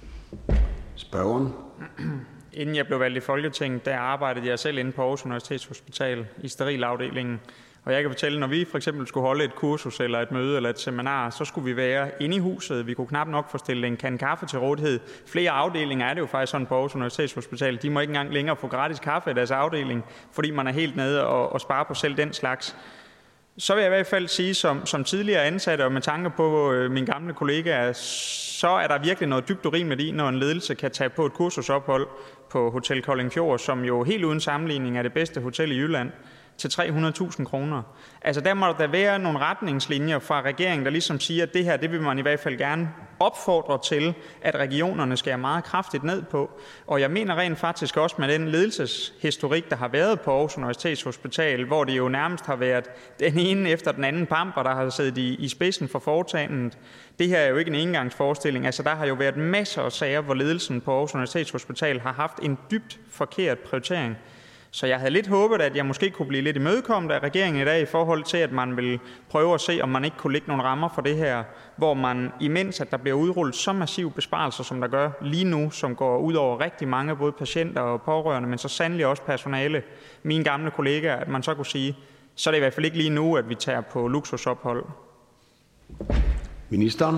Spørgeren. Inden jeg blev valgt i Folketinget, der arbejdede jeg selv inde på Aarhus Universitetshospital i sterilafdelingen. Og jeg kan fortælle, når vi for eksempel skulle holde et kursus eller et møde eller et seminar, så skulle vi være inde i huset. Vi kunne knap nok få stillet en kande kaffe til rådighed. Flere afdelinger er det jo faktisk sådan på Aarhus Universitetshospital. De må ikke engang længere få gratis kaffe i deres afdeling, fordi man er helt nede og sparer på selv den slags. Så vil jeg i hvert fald sige, som tidligere ansatte og med tanke på mine gamle kollegaer, så er der virkelig noget dybt urimeligt i, når en ledelse kan tage på et kursusophold på Hotel Koldingfjord, som jo helt uden sammenligning er det bedste hotel i Jylland, til 300.000 kroner. Altså der må der være nogle retningslinjer fra regeringen, der ligesom siger, at det her, det vil man i hvert fald gerne opfordre til, at regionerne skærer meget kraftigt ned på. Og jeg mener rent faktisk også med den ledelseshistorik, der har været på Aarhus Universitetshospital, hvor det jo nærmest har været den ene efter den anden pamper, der har siddet i spidsen for foretagendet. Det her er jo ikke en engangsforestilling. Altså der har jo været masser af sager, hvor ledelsen på Aarhus Universitetshospital har haft en dybt forkert prioritering. Så jeg havde lidt håbet, at jeg måske kunne blive lidt imødekommet af regeringen i dag i forhold til, at man vil prøve at se, om man ikke kunne lægge nogle rammer for det her, hvor man imens, at der bliver udrullet så massive besparelser, som der gør lige nu, som går ud over rigtig mange, både patienter og pårørende, men så sandelig også personale, mine gamle kollegaer, at man så kunne sige, så er det i hvert fald ikke lige nu, at vi tager på luksusophold. Ministeren.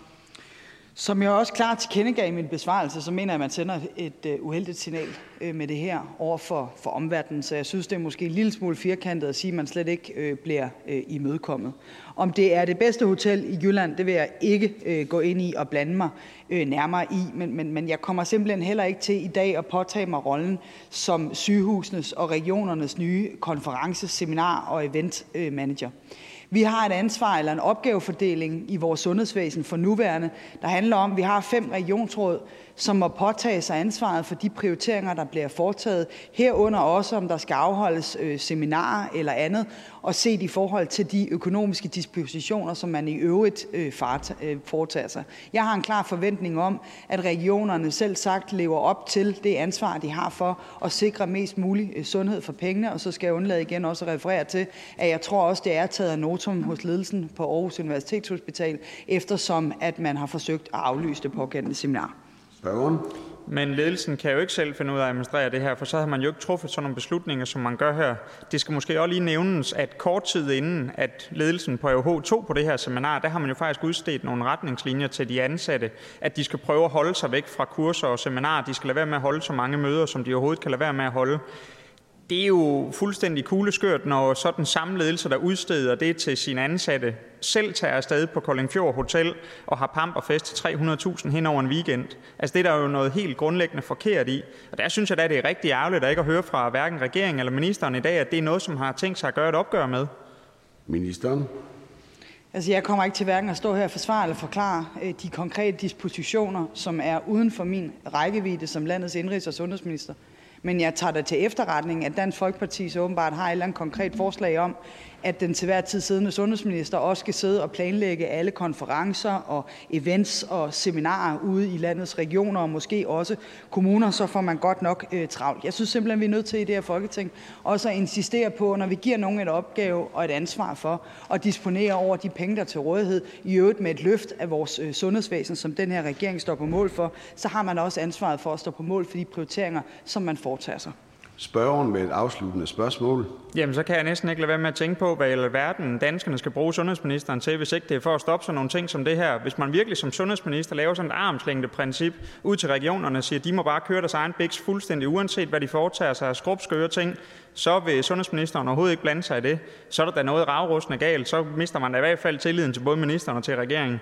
Som jeg også klart tilkendegav i min besvarelse, så mener jeg, at man sender et uheldigt signal med det her over for omverdenen. Så jeg synes, det er måske en lille smule firkantet at sige, at man slet ikke bliver imødekommet. Om det er det bedste hotel i Jylland, det vil jeg ikke gå ind i og blande mig nærmere i. Men jeg kommer simpelthen heller ikke til i dag at påtage mig rollen som sygehusenes og regionernes nye konference-, seminar- og eventmanager. Vi har et ansvar eller en opgavefordeling i vores sundhedsvæsen for nuværende, der handler om, at vi har 5 regionsråd, som må påtage sig ansvaret for de prioriteringer, der bliver foretaget, herunder også, om der skal afholdes seminarer eller andet, og set i forhold til de økonomiske dispositioner, som man i øvrigt foretager sig. Jeg har en klar forventning om, at regionerne selv sagt lever op til det ansvar, de har for at sikre mest mulig sundhed for pengene, og så skal jeg undlade igen også at referere til, at jeg tror også, det er taget af notum hos ledelsen på Aarhus Universitetshospital, eftersom at man har forsøgt at aflyse det pågældende seminar. Spørgeren. Men ledelsen kan jo ikke selv finde ud af at administrere det her, for så har man jo ikke truffet sådan nogle beslutninger, som man gør her. Det skal måske også lige nævnes, at kort tid inden, at ledelsen på AOH tog på det her seminar, der har man jo faktisk udstedt nogle retningslinjer til de ansatte, at de skal prøve at holde sig væk fra kurser og seminarer. De skal lade være med at holde så mange møder, som de overhovedet kan lade være med at holde. Det er jo fuldstændig kugleskørt, når så den samme ledelse, der udsteder det til sine ansatte, selv tager afsted på Koldingfjord Hotel og har pamperfest til 300.000 hen over en weekend. Altså det er der jo noget helt grundlæggende forkert i. Og der synes jeg da, det er rigtig ærgerligt at ikke at høre fra hverken regeringen eller ministeren i dag, at det er noget, som har tænkt sig at gøre et opgør med. Ministeren. Altså, jeg kommer ikke til hverken at stå her og forsvare eller forklare de konkrete dispositioner, som er uden for min rækkevidde som landets indrigs- og sundhedsminister. Men jeg tager det til efterretning, at Dansk Folkeparti så åbenbart har et eller andet konkret forslag om, at den til hver tid siddende sundhedsminister også skal sidde og planlægge alle konferencer og events og seminarer ude i landets regioner og måske også kommuner, så får man godt nok travlt. Jeg synes simpelthen, vi er nødt til i det her Folketing også at insistere på, når vi giver nogen et opgave og et ansvar for at disponere over de penge, der er til rådighed, i øvrigt med et løft af vores sundhedsvæsen, som den her regering står på mål for, så har man også ansvaret for at stå på mål for de prioriteringer, som man foretager sig. Spørgeren med et afsluttende spørgsmål. Jamen, så kan jeg næsten ikke lade være med at tænke på, hvad i alverden danskerne skal bruge sundhedsministeren til, hvis ikke det er for at stoppe sådan nogle ting som det her. Hvis man virkelig som sundhedsminister laver sådan et armslængdeprincip ud til regionerne og siger, at de må bare køre deres egen biks fuldstændig uanset, hvad de foretager sig af skrubskøre ting, så vil sundhedsministeren overhovedet ikke blande sig i det. Så er der da noget ravrustende galt. Så mister man da i hvert fald tilliden til både ministeren og til regeringen.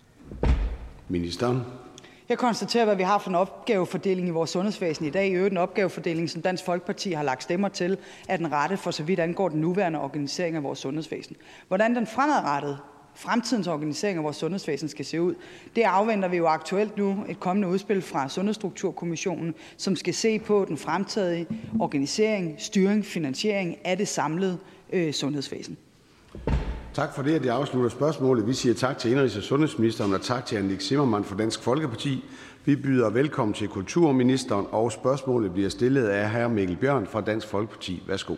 Ministeren. Jeg konstaterer, hvad vi har for en opgavefordeling i vores sundhedsvæsen i dag. I øvrigt en opgavefordeling, som Dansk Folkeparti har lagt stemmer til, er den rette for så vidt angår den nuværende organisering af vores sundhedsvæsen. Hvordan den fremadrettede fremtidens organisering af vores sundhedsvæsen skal se ud, det afventer vi jo aktuelt nu et kommende udspil fra Sundhedsstrukturkommissionen, som skal se på den fremtidige organisering, styring, finansiering af det samlede sundhedsvæsen. Tak for det. Det afslutter spørgsmålet. Vi siger tak til indenrigs- og sundhedsministeren og tak til Nick Zimmermann fra Dansk Folkeparti. Vi byder velkommen til kulturministeren, og spørgsmålet bliver stillet af hr. Mikkel Bjørn fra Dansk Folkeparti. Værsgo.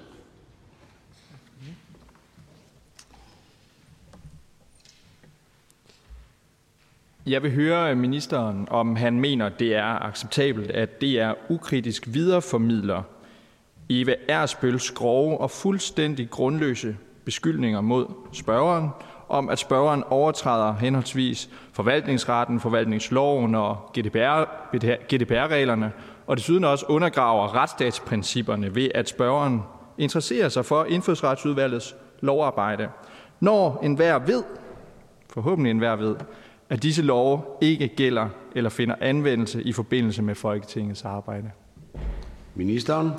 Jeg vil høre ministeren, om han mener, det er acceptabelt, at DR ukritisk videreformidler Eva Ersbølls grove og fuldstændig grundløse beskyldninger mod spørgeren om, at spørgeren overtræder henholdsvis forvaltningsretten, forvaltningsloven og GDPR-reglerne, og desuden også undergraver retsstatsprincipperne ved, at spørgeren interesserer sig for Indfødsretsudvalgets lovarbejde, når enhver ved, forhåbentlig enhver ved, at disse love ikke gælder eller finder anvendelse i forbindelse med Folketingets arbejde. Ministeren.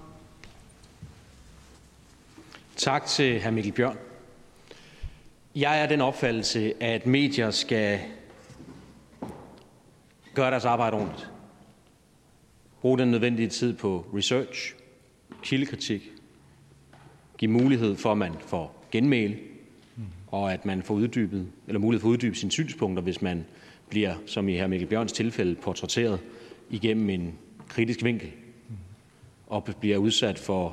Tak til hr. Mikkel Bjørn. Jeg er den opfattelse, at medier skal gøre deres arbejde ordentligt. Bruge den nødvendige tid på research, kildekritik, give mulighed for, at man får genmæle, og at man får uddybet, eller mulighed for at uddybe sine synspunkter, hvis man bliver, som i hr. Mikkel Bjørns tilfælde, portrætteret igennem en kritisk vinkel, og bliver udsat for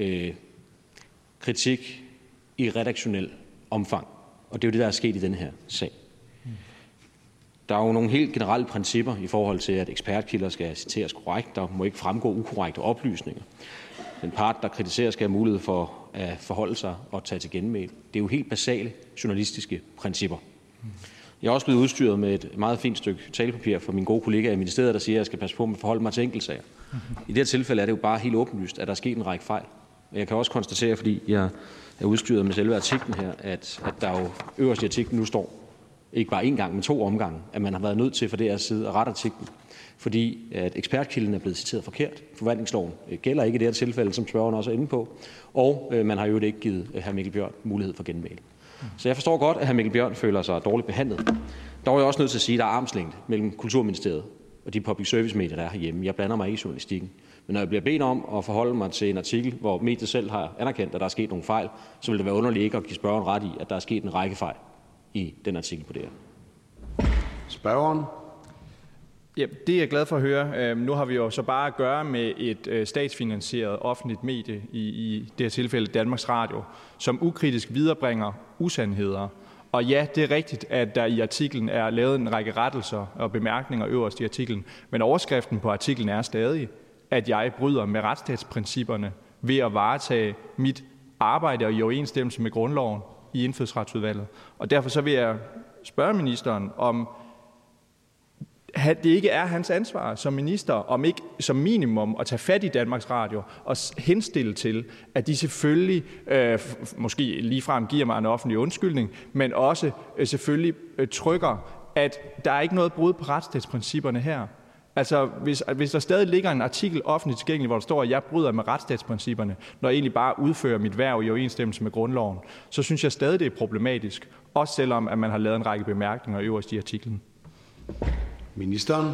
kritik i redaktionel omfang. Og det er jo det, der er sket i den her sag. Der er jo nogle helt generelle principper i forhold til, at ekspertkilder skal citeres korrekt. Der må ikke fremgå ukorrekte oplysninger. Den part, der kritiserer, skal have mulighed for at forholde sig og tage til genmæle. Det er jo helt basale journalistiske principper. Jeg er også blevet udstyret med et meget fint stykke talepapir fra min gode kollega i ministeriet, der siger, at jeg skal passe på med at forholde mig til enkeltsager. I det her tilfælde er det jo bare helt åbenlyst, at der er sket en række fejl. Jeg kan også konstatere, fordi jeg er udstyret med selve artiklen her, at der jo øverst i artiklen nu står, ikke bare én gang, men 2 omgange, at man har været nødt til fra deres side at rette artiklen, fordi at ekspertkilden er blevet citeret forkert. Forvaltningsloven gælder ikke i det her tilfælde, som spørgeren også er inde på, og man har jo ikke givet hr. Mikkel Bjørn mulighed for genmæle. Så jeg forstår godt, at hr. Mikkel Bjørn føler sig dårligt behandlet. Der er jeg også nødt til at sige, at der er armslængde mellem Kulturministeriet og de public service medier, der er herhjemme. Jeg blander mig ikke i journalistikken. Men når jeg bliver bedt om at forholde mig til en artikel, hvor mediet selv har anerkendt, at der er sket nogle fejl, så vil det være underligt ikke at give spørgeren ret i, at der er sket en række fejl i den artikel på det her. Spørgeren. Ja, det er jeg glad for at høre. Nu har vi jo så bare at gøre med et statsfinansieret offentligt medie, i det her tilfælde Danmarks Radio, som ukritisk viderebringer usandheder Og ja, det er rigtigt, at der i artiklen er lavet en række rettelser og bemærkninger øverst i artiklen, men overskriften på artiklen er stadig, at jeg bryder med retsstatsprincipperne ved at varetage mit arbejde og i overensstemmelse med grundloven i Indfødsretsudvalget. Og derfor så vil jeg spørge ministeren, om det ikke er hans ansvar som minister, om ikke som minimum at tage fat i Danmarks Radio og henstille til, at de selvfølgelig måske ligefrem giver mig en offentlig undskyldning, men også selvfølgelig trykker, at der er ikke noget brud på retsstatsprincipperne her. Altså, hvis der stadig ligger en artikel offentligt tilgængelig, hvor der står, at jeg bryder med retsstatsprincipperne, når jeg egentlig bare udfører mit hverv i overensstemmelse med grundloven, så synes jeg stadig, det er problematisk, også selvom at man har lavet en række bemærkninger øverst i artiklen. Ministeren?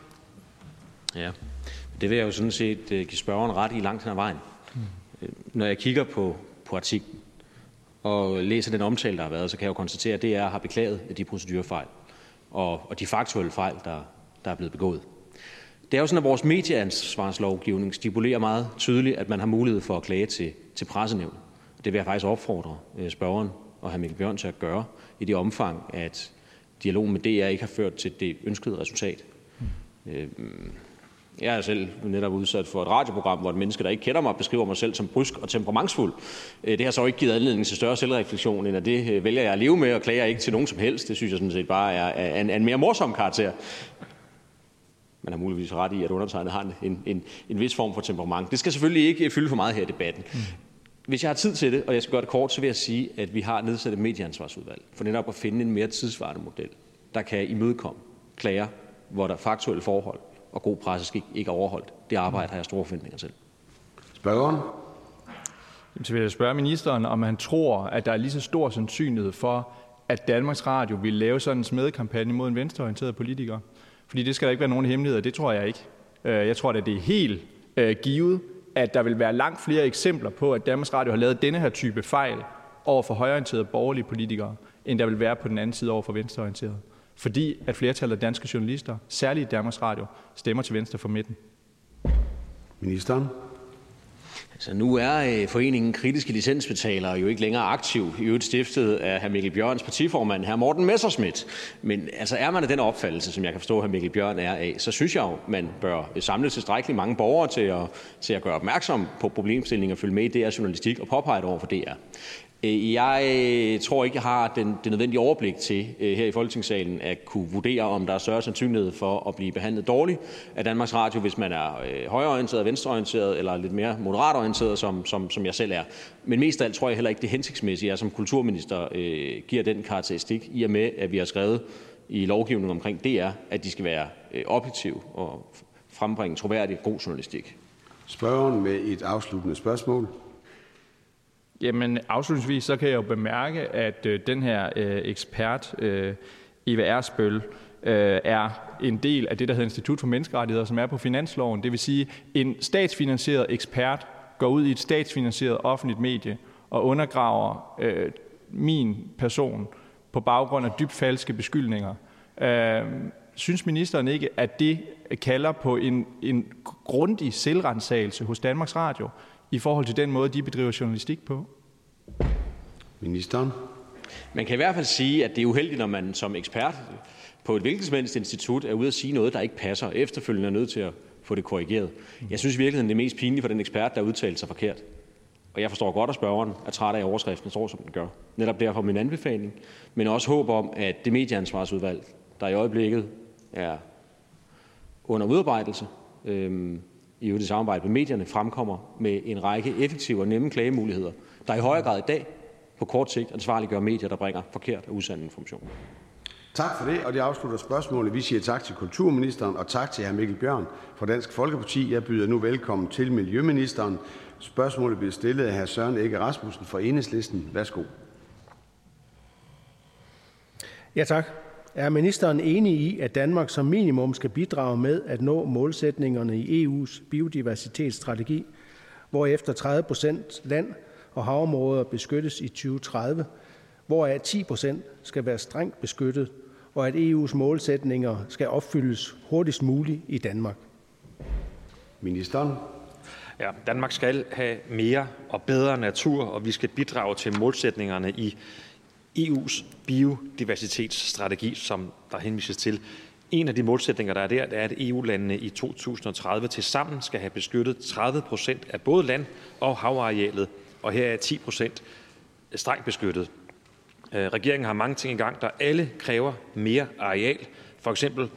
Ja, det vil jeg jo sådan set give spørgeren ret i langt hen ad vejen. Når jeg kigger på artiklen og læser den omtale, der har været, så kan jeg jo konstatere, at DR har beklaget de procedurefejl og de faktuelle fejl, der er blevet begået. Det er jo sådan, at vores medieansvarslovgivning stipulerer meget tydeligt, at man har mulighed for at klage til pressenævnet. Det vil jeg faktisk opfordre spørgeren og hr. Mikkel Bjørn til at gøre i det omfang, at dialogen med DR ikke har ført til det ønskede resultat. Jeg er selv netop udsat for et radioprogram, hvor et menneske, der ikke kender mig, beskriver mig selv som brysk og temperamentsfuld. Det har så ikke givet anledning til større selvreflektion, end at det vælger jeg at leve med og klager ikke til nogen som helst. Det synes jeg sådan set bare er en mere morsom karakter. Man har muligvis ret i, at undertegnet har en vis form for temperament. Det skal selvfølgelig ikke fylde for meget her i debatten. Hvis jeg har tid til det, og jeg skal gøre det kort, så vil jeg sige, at vi har nedsat et medieansvarsudvalg for netop at finde en mere tidsvarende model, der kan imødekomme klager, hvor der faktuelle forhold og god presseskik ikke er overholdt. Det arbejde har jeg store forventninger til. Spørgeren? Så vil jeg spørge ministeren, om han tror, at der er lige så stor sandsynlighed for, at Danmarks Radio vil lave sådan en smedekampagne mod en venstreorienteret politiker. Fordi det skal der ikke være nogen hemmeligheder, det tror jeg ikke. Jeg tror, at det er helt givet, at der vil være langt flere eksempler på, at Danmarks Radio har lavet denne her type fejl over for højreorienterede borgerlige politikere, end der vil være på den anden side over for venstreorienterede. Fordi at flertallet af danske journalister, særligt i Danmarks Radio, stemmer til venstre for midten. Ministeren? Altså nu er foreningen Kritiske Licensbetalere jo ikke længere aktiv, i øvrigt stiftet af hr. Mikkel Bjørns partiformand, hr. Morten Messerschmidt. Men altså er man af den opfattelse, som jeg kan forstå, hr. Mikkel Bjørn er af, så synes jeg jo, man bør samle tilstrækkeligt mange borgere til at gøre opmærksom på problemstillinger og følge med i DR journalistik og påpege det over for DR. Jeg tror ikke, jeg har det nødvendige overblik til her i Folketingssalen at kunne vurdere, om der er større sandsynlighed for at blive behandlet dårligt af Danmarks Radio, hvis man er højreorienteret, venstreorienteret eller lidt mere moderatorienteret, som jeg selv er. Men mest af alt tror jeg heller ikke, det hensigtsmæssige er, som kulturminister giver den karakteristik, i og med, at vi har skrevet i lovgivningen omkring DR, at de skal være objektive og frembringe troværdig god journalistik. Spørgeren med et afsluttende spørgsmål. Jamen afslutningsvis så kan jeg jo bemærke, at den her ekspert, Eva Ersbøll, er en del af det, der hedder Institut for Menneskerettigheder, som er på finansloven. Det vil sige, en statsfinansieret ekspert går ud i et statsfinansieret offentligt medie og undergraver min person på baggrund af dybt falske beskyldninger. Synes ministeren ikke, at det kalder på en grundig selvrensagelse hos Danmarks Radio i forhold til den måde, de bedriver journalistik på? Ministeren? Man kan i hvert fald sige, at det er uheldigt, når man som ekspert på et hvilket som helst institut er ude at sige noget, der ikke passer, og efterfølgende er nødt til at få det korrigeret. Jeg synes i virkeligheden, det er mest pinligt for den ekspert, der udtaler sig forkert. Og jeg forstår godt, at spørgeren er træt af overskriften, står som den gør. Netop derfor min anbefaling, men også håb om, at det medieansvarsudvalg, der i øjeblikket er under udarbejdelse, i det samarbejde med medierne, fremkommer med en række effektive og nemme klagemuligheder, der i højere grad i dag på kort sigt ansvarliggør medier, der bringer forkert og usand information. Tak for det, og det afslutter spørgsmålet. Vi siger tak til kulturministeren og tak til hr. Mikkel Bjørn fra Dansk Folkeparti. Jeg byder nu velkommen til miljøministeren. Spørgsmålet bliver stillet af hr. Søren Egge Rasmussen fra Enhedslisten. Værsgo. Ja, tak. Er ministeren enig i, at Danmark som minimum skal bidrage med at nå målsætningerne i EU's biodiversitetsstrategi, hvorefter 30% land- og havområder beskyttes i 2030, hvoraf 10% skal være strengt beskyttet, og at EU's målsætninger skal opfyldes hurtigst muligt i Danmark? Ministeren. Ja, Danmark skal have mere og bedre natur, og vi skal bidrage til målsætningerne i EU's biodiversitetsstrategi, som der henvises til. En af de målsætninger, der er der, det er, at EU-landene i 2030 tilsammen skal have beskyttet 30% af både land- og havarealet, og her er 10% strengt beskyttet. Regeringen har mange ting i gang, der alle kræver mere areal. For eksempel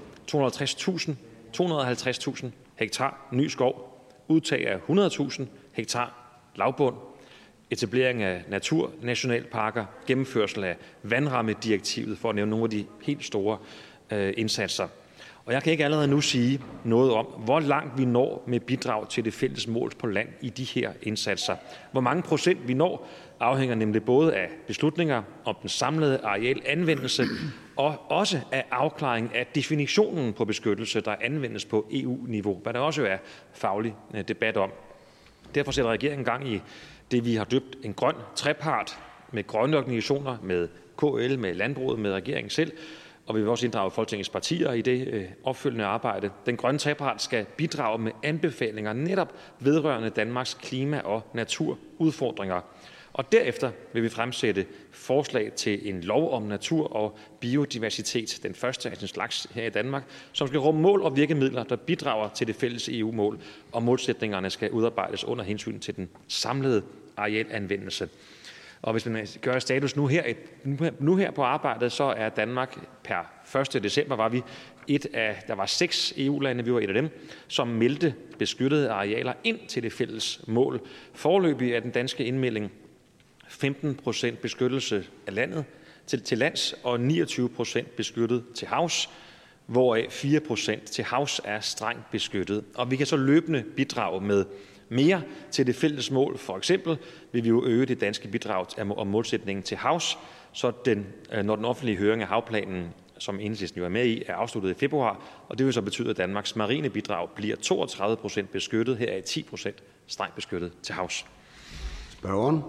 250.000 hektar ny skov, udtag af 100.000 hektar lavbund, etablering af naturnationalparker, gennemførsel af vandrammedirektivet, for at nævne nogle af de helt store indsatser. Og jeg kan ikke allerede nu sige noget om, hvor langt vi når med bidrag til det fælles mål på land i de her indsatser. Hvor mange procent vi når, afhænger nemlig både af beslutninger om den samlede arealanvendelse og også af afklaring af definitionen på beskyttelse, der anvendes på EU-niveau, hvad der også er faglig debat om. Derfor sætter regeringen gang i det, vi har døbt en grøn trepart med grønne organisationer, med KL, med landbruget, med regeringen selv, og vi vil også inddrage Folketingets partier i det opfølgende arbejde. Den grønne trepart skal bidrage med anbefalinger netop vedrørende Danmarks klima- og naturudfordringer. Og derefter vil vi fremsætte forslag til en lov om natur og biodiversitet, den første af sin slags her i Danmark, som skal rumme mål og virkemidler, der bidrager til det fælles EU-mål, og målsætningerne skal udarbejdes under hensyn til den samlede arealanvendelse. Og hvis man gør status nu her på arbejdet, så er Danmark per 1. december var vi der var 6 EU-lande, vi var et af dem, som meldte beskyttede arealer ind til det fælles mål. Foreløbig er den danske indmelding 15% beskyttelse af landet til lands og 29% beskyttet til havs, hvoraf 4% til havs er strengt beskyttet. Og vi kan så løbende bidrage med mere til det fælles mål. For eksempel vil vi jo øge det danske bidrag om målsætningen til havs, så når den offentlige høring af havplanen, som Enhedslisten jo er med i, er afsluttet i februar, og det vil så betyde, at Danmarks marine bidrag bliver 32% beskyttet, her er 10% strengt beskyttet til havs. Spørgeren?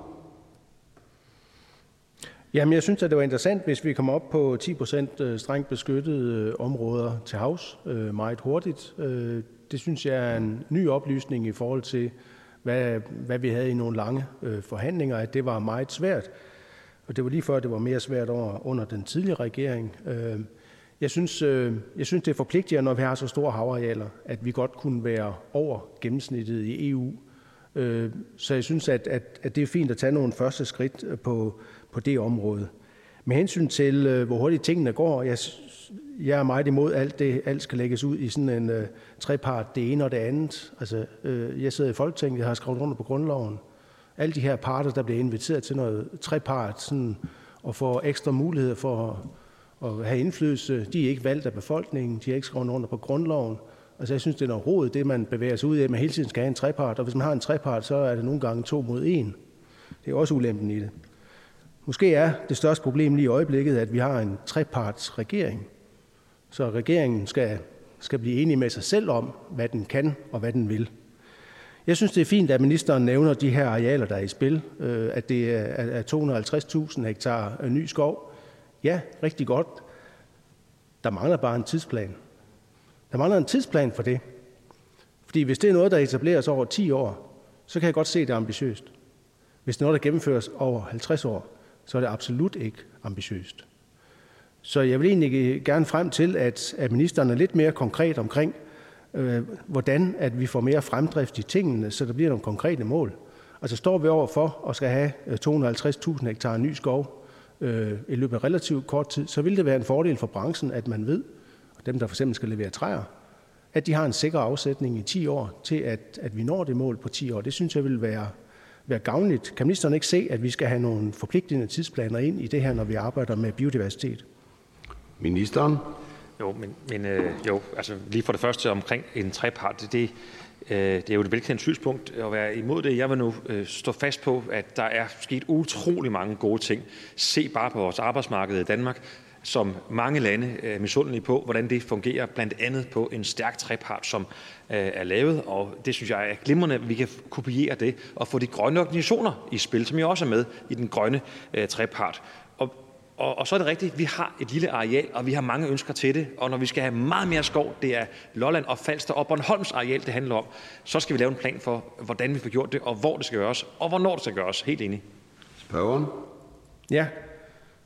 Jamen, jeg synes, at det var interessant, hvis vi kommer op på 10% strengt beskyttede områder til havs meget hurtigt. Det synes jeg er en ny oplysning i forhold til, hvad vi havde i nogle lange forhandlinger, at det var meget svært. Og det var lige før, det var mere svært under den tidligere regering. Jeg synes, det er forpligtigende, når vi har så store havarealer, at vi godt kunne være over gennemsnittet i EU. Så jeg synes, at det er fint at tage nogle første skridt på det område. Med hensyn til, hvor hurtigt tingene går, jeg er meget imod alt skal lægges ud i sådan en trepart, det ene og det andet. Altså, jeg sidder i Folketinget, jeg har skrevet under på grundloven. Alle de her parter, der bliver inviteret til noget trepart, sådan, og får ekstra muligheder for at have indflydelse, de er ikke valgt af befolkningen, de er ikke skrevet under på grundloven. Altså, jeg synes, det er noget rod, det man bevæger sig ud af, at man hele tiden skal have en trepart, og hvis man har en trepart, så er det nogle gange 2 mod 1. Det er også ulempen i det. Måske er det største problem lige i øjeblikket, at vi har en trepartsregering. Så regeringen skal blive enige med sig selv om, hvad den kan og hvad den vil. Jeg synes, det er fint, at ministeren nævner de her arealer, der er i spil, at det er 250.000 hektar ny skov. Ja, rigtig godt. Der mangler bare en tidsplan. Der mangler en tidsplan for det. Fordi hvis det er noget, der etableres over 10 år, så kan jeg godt se, at det er ambitiøst. Hvis det er noget, der gennemføres over 50 år, så er det absolut ikke ambitiøst. Så jeg vil egentlig gerne frem til, at ministeren er lidt mere konkret omkring, hvordan at vi får mere fremdrift i tingene, så der bliver nogle konkrete mål. Altså står vi over for at skal have 250.000 hektar ny skov i løbet af relativt kort tid, så vil det være en fordel for branchen, at man ved, og dem der for eksempel skal levere træer, at de har en sikker afsætning i 10 år til, at vi når det mål på 10 år. Det synes jeg vil være gavnligt. Kan ministeren ikke se, at vi skal have nogle forpligtende tidsplaner ind i det her, når vi arbejder med biodiversitet? Ministeren? Jo, altså lige for det første omkring en trepart, det er jo et velkendt synspunkt at være imod det. Jeg vil nu stå fast på, at der er sket utrolig mange gode ting. Se bare på vores arbejdsmarked i Danmark, som mange lande er misundelige på, hvordan det fungerer, blandt andet på en stærk trepart, som er lavet, og det synes jeg er glimrende, at vi kan kopiere det og få de grønne organisationer i spil, som jo også er med i den grønne trepart. Og så er det rigtigt, vi har et lille areal, og vi har mange ønsker til det, og når vi skal have meget mere skov, det er Lolland og Falster og Bornholms areal, det handler om, så skal vi lave en plan for, hvordan vi får gjort det, og hvor det skal gøres, og hvornår det skal gøres. Helt enig. Spørgeren? Ja,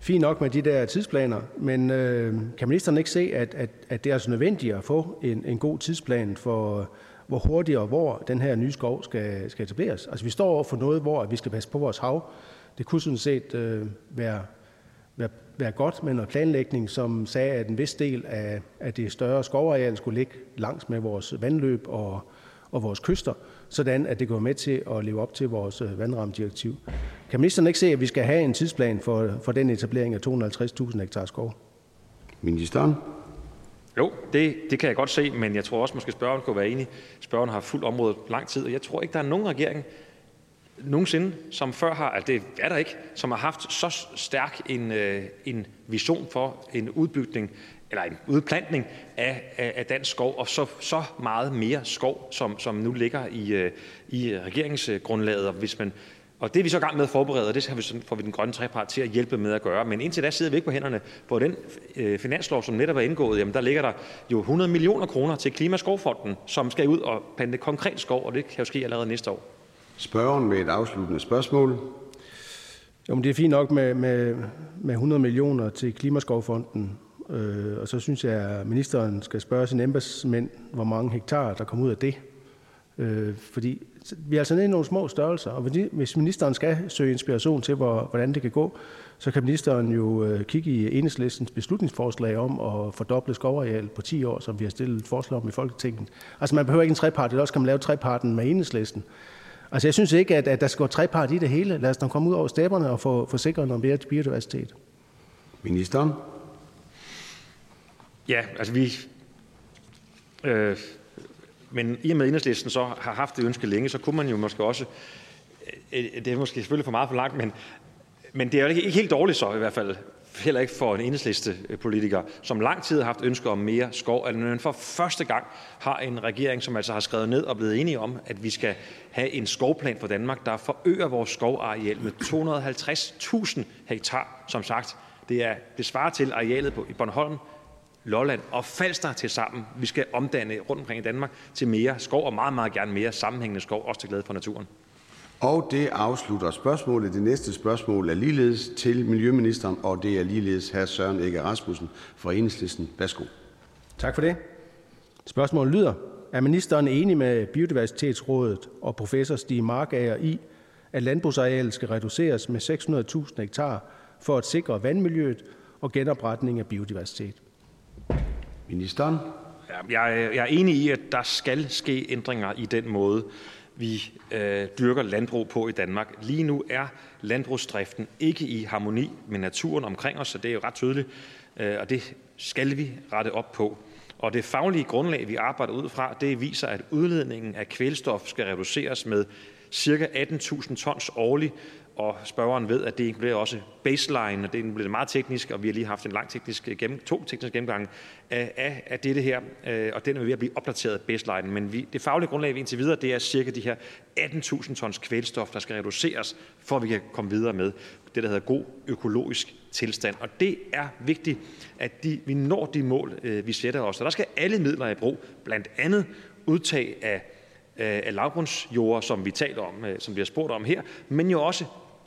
fint nok med de der tidsplaner, men kan ministeren ikke se, at det er altså nødvendigt at få en god tidsplan for, hvor hurtigt og hvor den her nye skov skal etableres? Altså vi står over for noget, hvor vi skal passe på vores hav. Det kunne sådan set være godt med noget planlægning, som sagde, at en vis del af det større skovareal skulle ligge langs med vores vandløb og vores kyster, sådan at det går med til at leve op til vores vandrammedirektiv. Kan ministeren ikke se, at vi skal have en tidsplan for den etablering af 250.000 hektar skov? Ministeren? Jo, det kan jeg godt se, men jeg tror også, måske spørgeren kunne være enig. Spørgeren har fulgt området lang tid, og jeg tror ikke, der er nogen regering nogensinde, som før har, altså det er der ikke, som har haft så stærk en vision for en udbygning eller en udplantning af dansk skov, og så meget mere skov, som nu ligger i regeringsgrundlaget. Og det er vi så i gang med at forberede, og det får vi den grønne trepart til at hjælpe med at gøre. Men indtil da sidder vi ikke på hænderne. På den finanslov, som netop er indgået, jamen der ligger der jo 100 millioner kroner til Klimaskovfonden, som skal ud og plante konkret skov, og det kan jo ske allerede næste år. Spørgeren med et afsluttende spørgsmål. Jo, men det er fint nok med 100 millioner til Klimaskovfonden, og så synes jeg, at ministeren skal spørge sine embedsmænd, hvor mange hektar der kommer ud af det. Fordi vi er altså nede i nogle små størrelser, og hvis ministeren skal søge inspiration til, hvordan det kan gå, så kan ministeren jo kigge i Enhedslistens beslutningsforslag om at fordoble skovareal på 10 år, som vi har stillet et forslag om i Folketinget. Altså man behøver ikke en trepart, eller også kan man lave treparten med Enhedslisten. Altså jeg synes ikke, at der skal gå trepart i det hele. Lad os da komme ud over stepperne og få sikret noget mere biodiversitet. Ministeren? Ja, altså men i og med Enhedslisten så har haft det ønske længe, så kunne man jo måske også, det er måske selvfølgelig for meget for langt, men det er jo ikke helt dårligt så i hvert fald, heller ikke for en Enhedsliste-politiker, som lang tid har haft ønske om mere skov, at man for første gang har en regering, som altså har skrevet ned og blevet enige om, at vi skal have en skovplan for Danmark, der forøger vores skovareal med 250.000 hektar, som sagt. Det svarer til arealet i Bornholm, Lolland og Falster til sammen. Vi skal omdanne rundt omkring i Danmark til mere skov, og meget, meget gerne mere sammenhængende skov, også til glæde for naturen. Og det afslutter spørgsmålet. Det næste spørgsmål er ligeledes til miljøministeren, og det er ligeledes hr. Søren Egge Rasmussen fra Enhedslisten. Værsgo. Tak for det. Spørgsmålet lyder: Er ministeren enig med Biodiversitetsrådet og professor Stig Markager i, at landbrugsarealet skal reduceres med 600.000 hektar for at sikre vandmiljøet og genopretning af biodiversitet? Ministeren? Jeg er enig i, at der skal ske ændringer i den måde, vi dyrker landbrug på i Danmark. Lige nu er landbrugsdriften ikke i harmoni med naturen omkring os, så det er jo ret tydeligt, og det skal vi rette op på. Og det faglige grundlag, vi arbejder ud fra, det viser, at udledningen af kvælstof skal reduceres med ca. 18.000 tons årligt, og spørgeren ved, at det inkluderer også baseline, og det er meget teknisk, og vi har lige haft en lang to tekniske gennemgange af dette her, og den er ved at blive opdateret baseline. Men det faglige grundlag, vi indtil videre, det er cirka de her 18.000 tons kvælstof, der skal reduceres, for at vi kan komme videre med det, der hedder god økologisk tilstand. Og det er vigtigt, at vi når de mål, vi sætter os. Og der skal alle midler i brug, blandt andet udtag af lavbundsjorder, som vi taler om, som vi har spurgt om her, men jo også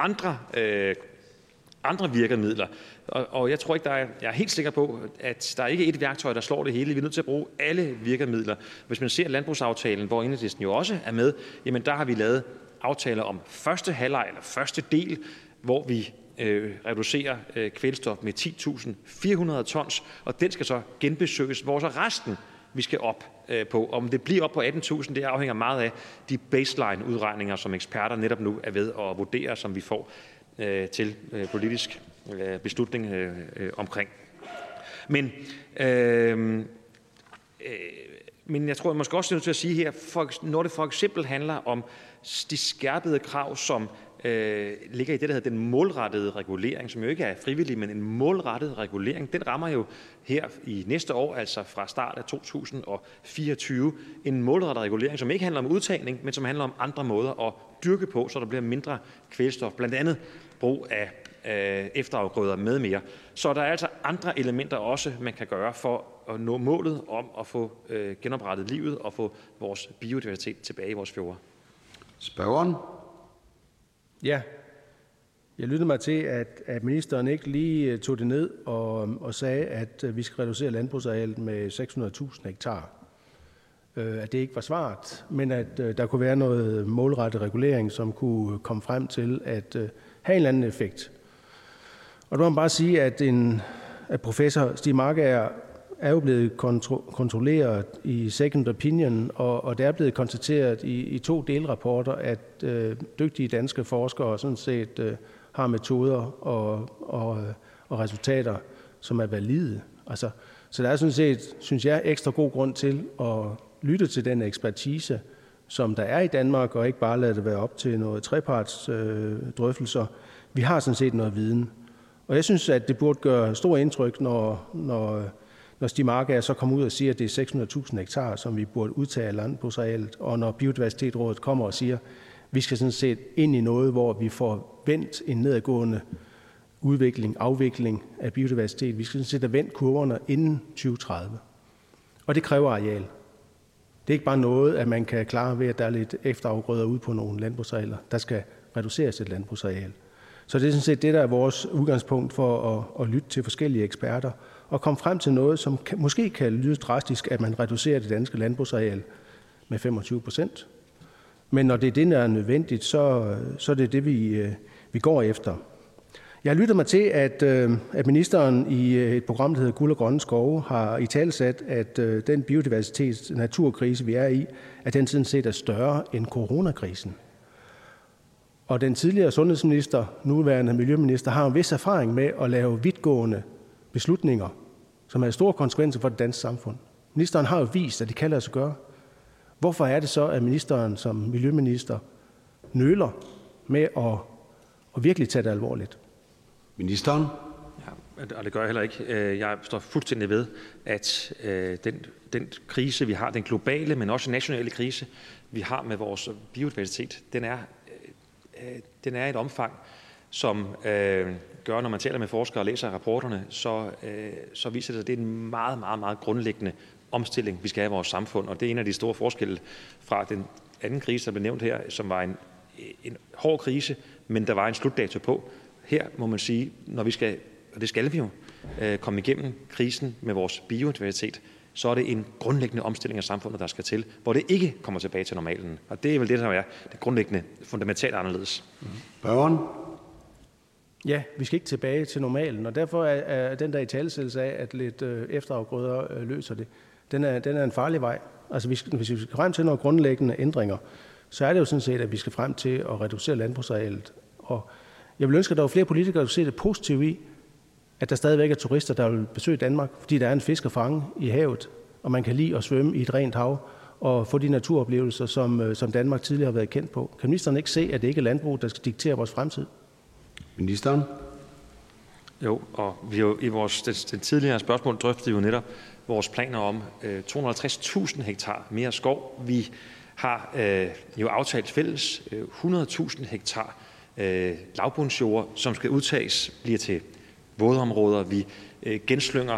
andre virkemidler. Og jeg tror ikke, jeg er helt sikker på, at der ikke er et værktøj, der slår det hele. Vi er nødt til at bruge alle virkemidler. Hvis man ser landbrugsaftalen, hvor Enhedslisten jo også er med, jamen der har vi lavet aftaler om første halvleg eller første del, hvor vi reducerer kvælstof med 10.400 tons, og den skal så genbesøges, hvor så resten vi skal op på. Om det bliver op på 18.000, det afhænger meget af de baseline-udregninger, som eksperter netop nu er ved at vurdere, som vi får til politisk beslutning omkring. Men jeg tror, jeg måske også er nødt til at sige her, når det for eksempel handler om de skærpede krav, som ligger i det, der hedder den målrettede regulering, som jo ikke er frivillig, men en målrettet regulering. Den rammer jo her i næste år, altså fra start af 2024, en målrettet regulering, som ikke handler om udtagning, men som handler om andre måder at dyrke på, så der bliver mindre kvælstof, blandt andet brug af efterafgrøder med mere. Så der er altså andre elementer også, man kan gøre for at nå målet om at få genoprettet livet og få vores biodiversitet tilbage i vores fjorde. Spørgeren? Ja, Jeg lyttede mig til, at ministeren ikke lige tog det ned og sagde, at vi skal reducere landbrugsarealet med 600.000 hektar. At det ikke var svaret, men at der kunne være noget målrettet regulering, som kunne komme frem til at have en eller anden effekt. Og der må man bare sige, at professor Stiig Markager er jo blevet kontrolleret i second opinion, og det er blevet konstateret i 2 delrapporter, at dygtige danske forskere sådan set har metoder og resultater, som er valide. Altså, så der er sådan set, synes jeg, ekstra god grund til at lytte til den ekspertise, som der er i Danmark, og ikke bare lade det være op til noget trepartsdrøftelser. Vi har sådan set noget viden. Og jeg synes, at det burde gøre stor indtryk, når Stiig Markager så kommer ud og siger, at det er 600.000 hektar, som vi burde udtage af landbrugsarealet, og når Biodiversitetsrådet kommer og siger, at vi skal sådan set ind i noget, hvor vi får vendt en nedadgående afvikling af biodiversitet. Vi skal sådan set have vendt kurverne inden 2030. Og det kræver areal. Det er ikke bare noget, at man kan klare ved, at der er lidt efterafgrøder ude på nogle landbrugsarealer. Der skal reduceres et landbrugsareal. Så det er sådan set det, der er vores udgangspunkt for at lytte til forskellige eksperter og komme frem til noget, som måske kan lyde drastisk, at man reducerer det danske landbrugsareal med 25%. Men når det er det, der er nødvendigt, så er det det, vi går efter. Jeg har lyttet mig til, at ministeren i et program, der hedder Guld og Grønne Skove, har italesat, at den biodiversitets- naturkrise, vi er i, at den sådan set er større end coronakrisen. Og den tidligere sundhedsminister, nuværende miljøminister, har en vis erfaring med at lave vidtgående beslutninger, som har store konsekvenser for det danske samfund. Ministeren har jo vist, at det kan lade sig gøre. Hvorfor er det så, at ministeren som miljøminister nøler med at virkelig tage det alvorligt? Ministeren? Ja, og det gør jeg heller ikke. Jeg står fuldstændig ved, at den krise, vi har, den globale, men også nationale krise, vi har med vores biodiversitet, den er et omfang, som gør, når man taler med forskere og læser rapporterne, så viser det sig, at det er en meget, meget, meget grundlæggende omstilling, vi skal have i vores samfund. Og det er en af de store forskelle fra den anden krise, der blev nævnt her, som var en hård krise, men der var en slutdato på. Her må man sige, når vi skal, og det skal vi jo, komme igennem krisen med vores biodiversitet, så er det en grundlæggende omstilling af samfundet, der skal til, hvor det ikke kommer tilbage til normalen. Og det er vel det, der er det grundlæggende, fundamentalt anderledes. Spørgeren? Ja, vi skal ikke tilbage til normalen, og derfor er den der italesættelse af, at lidt efterafgrøder løser det, den er en farlig vej. Altså hvis vi skal frem til nogle grundlæggende ændringer, så er det jo sådan set, at vi skal frem til at reducere landbrugsarealet. Og jeg vil ønske, at der var flere politikere, der ser det positivt i, at der stadigvæk er turister, der vil besøge Danmark, fordi der er en fisk at fange i havet, og man kan lide at svømme i et rent hav og få de naturoplevelser, som Danmark tidligere har været kendt på. Kan ministeren ikke se, at det ikke er landbrug, der skal diktere vores fremtid? Ministeren? Jo, og vi jo i den tidligere spørgsmål drøftede jo netop vores planer om 250.000 hektar mere skov. Vi har jo aftalt fælles 100.000 hektar lavbundsjord, som skal udtages, bliver til vådområder. Vi genslynger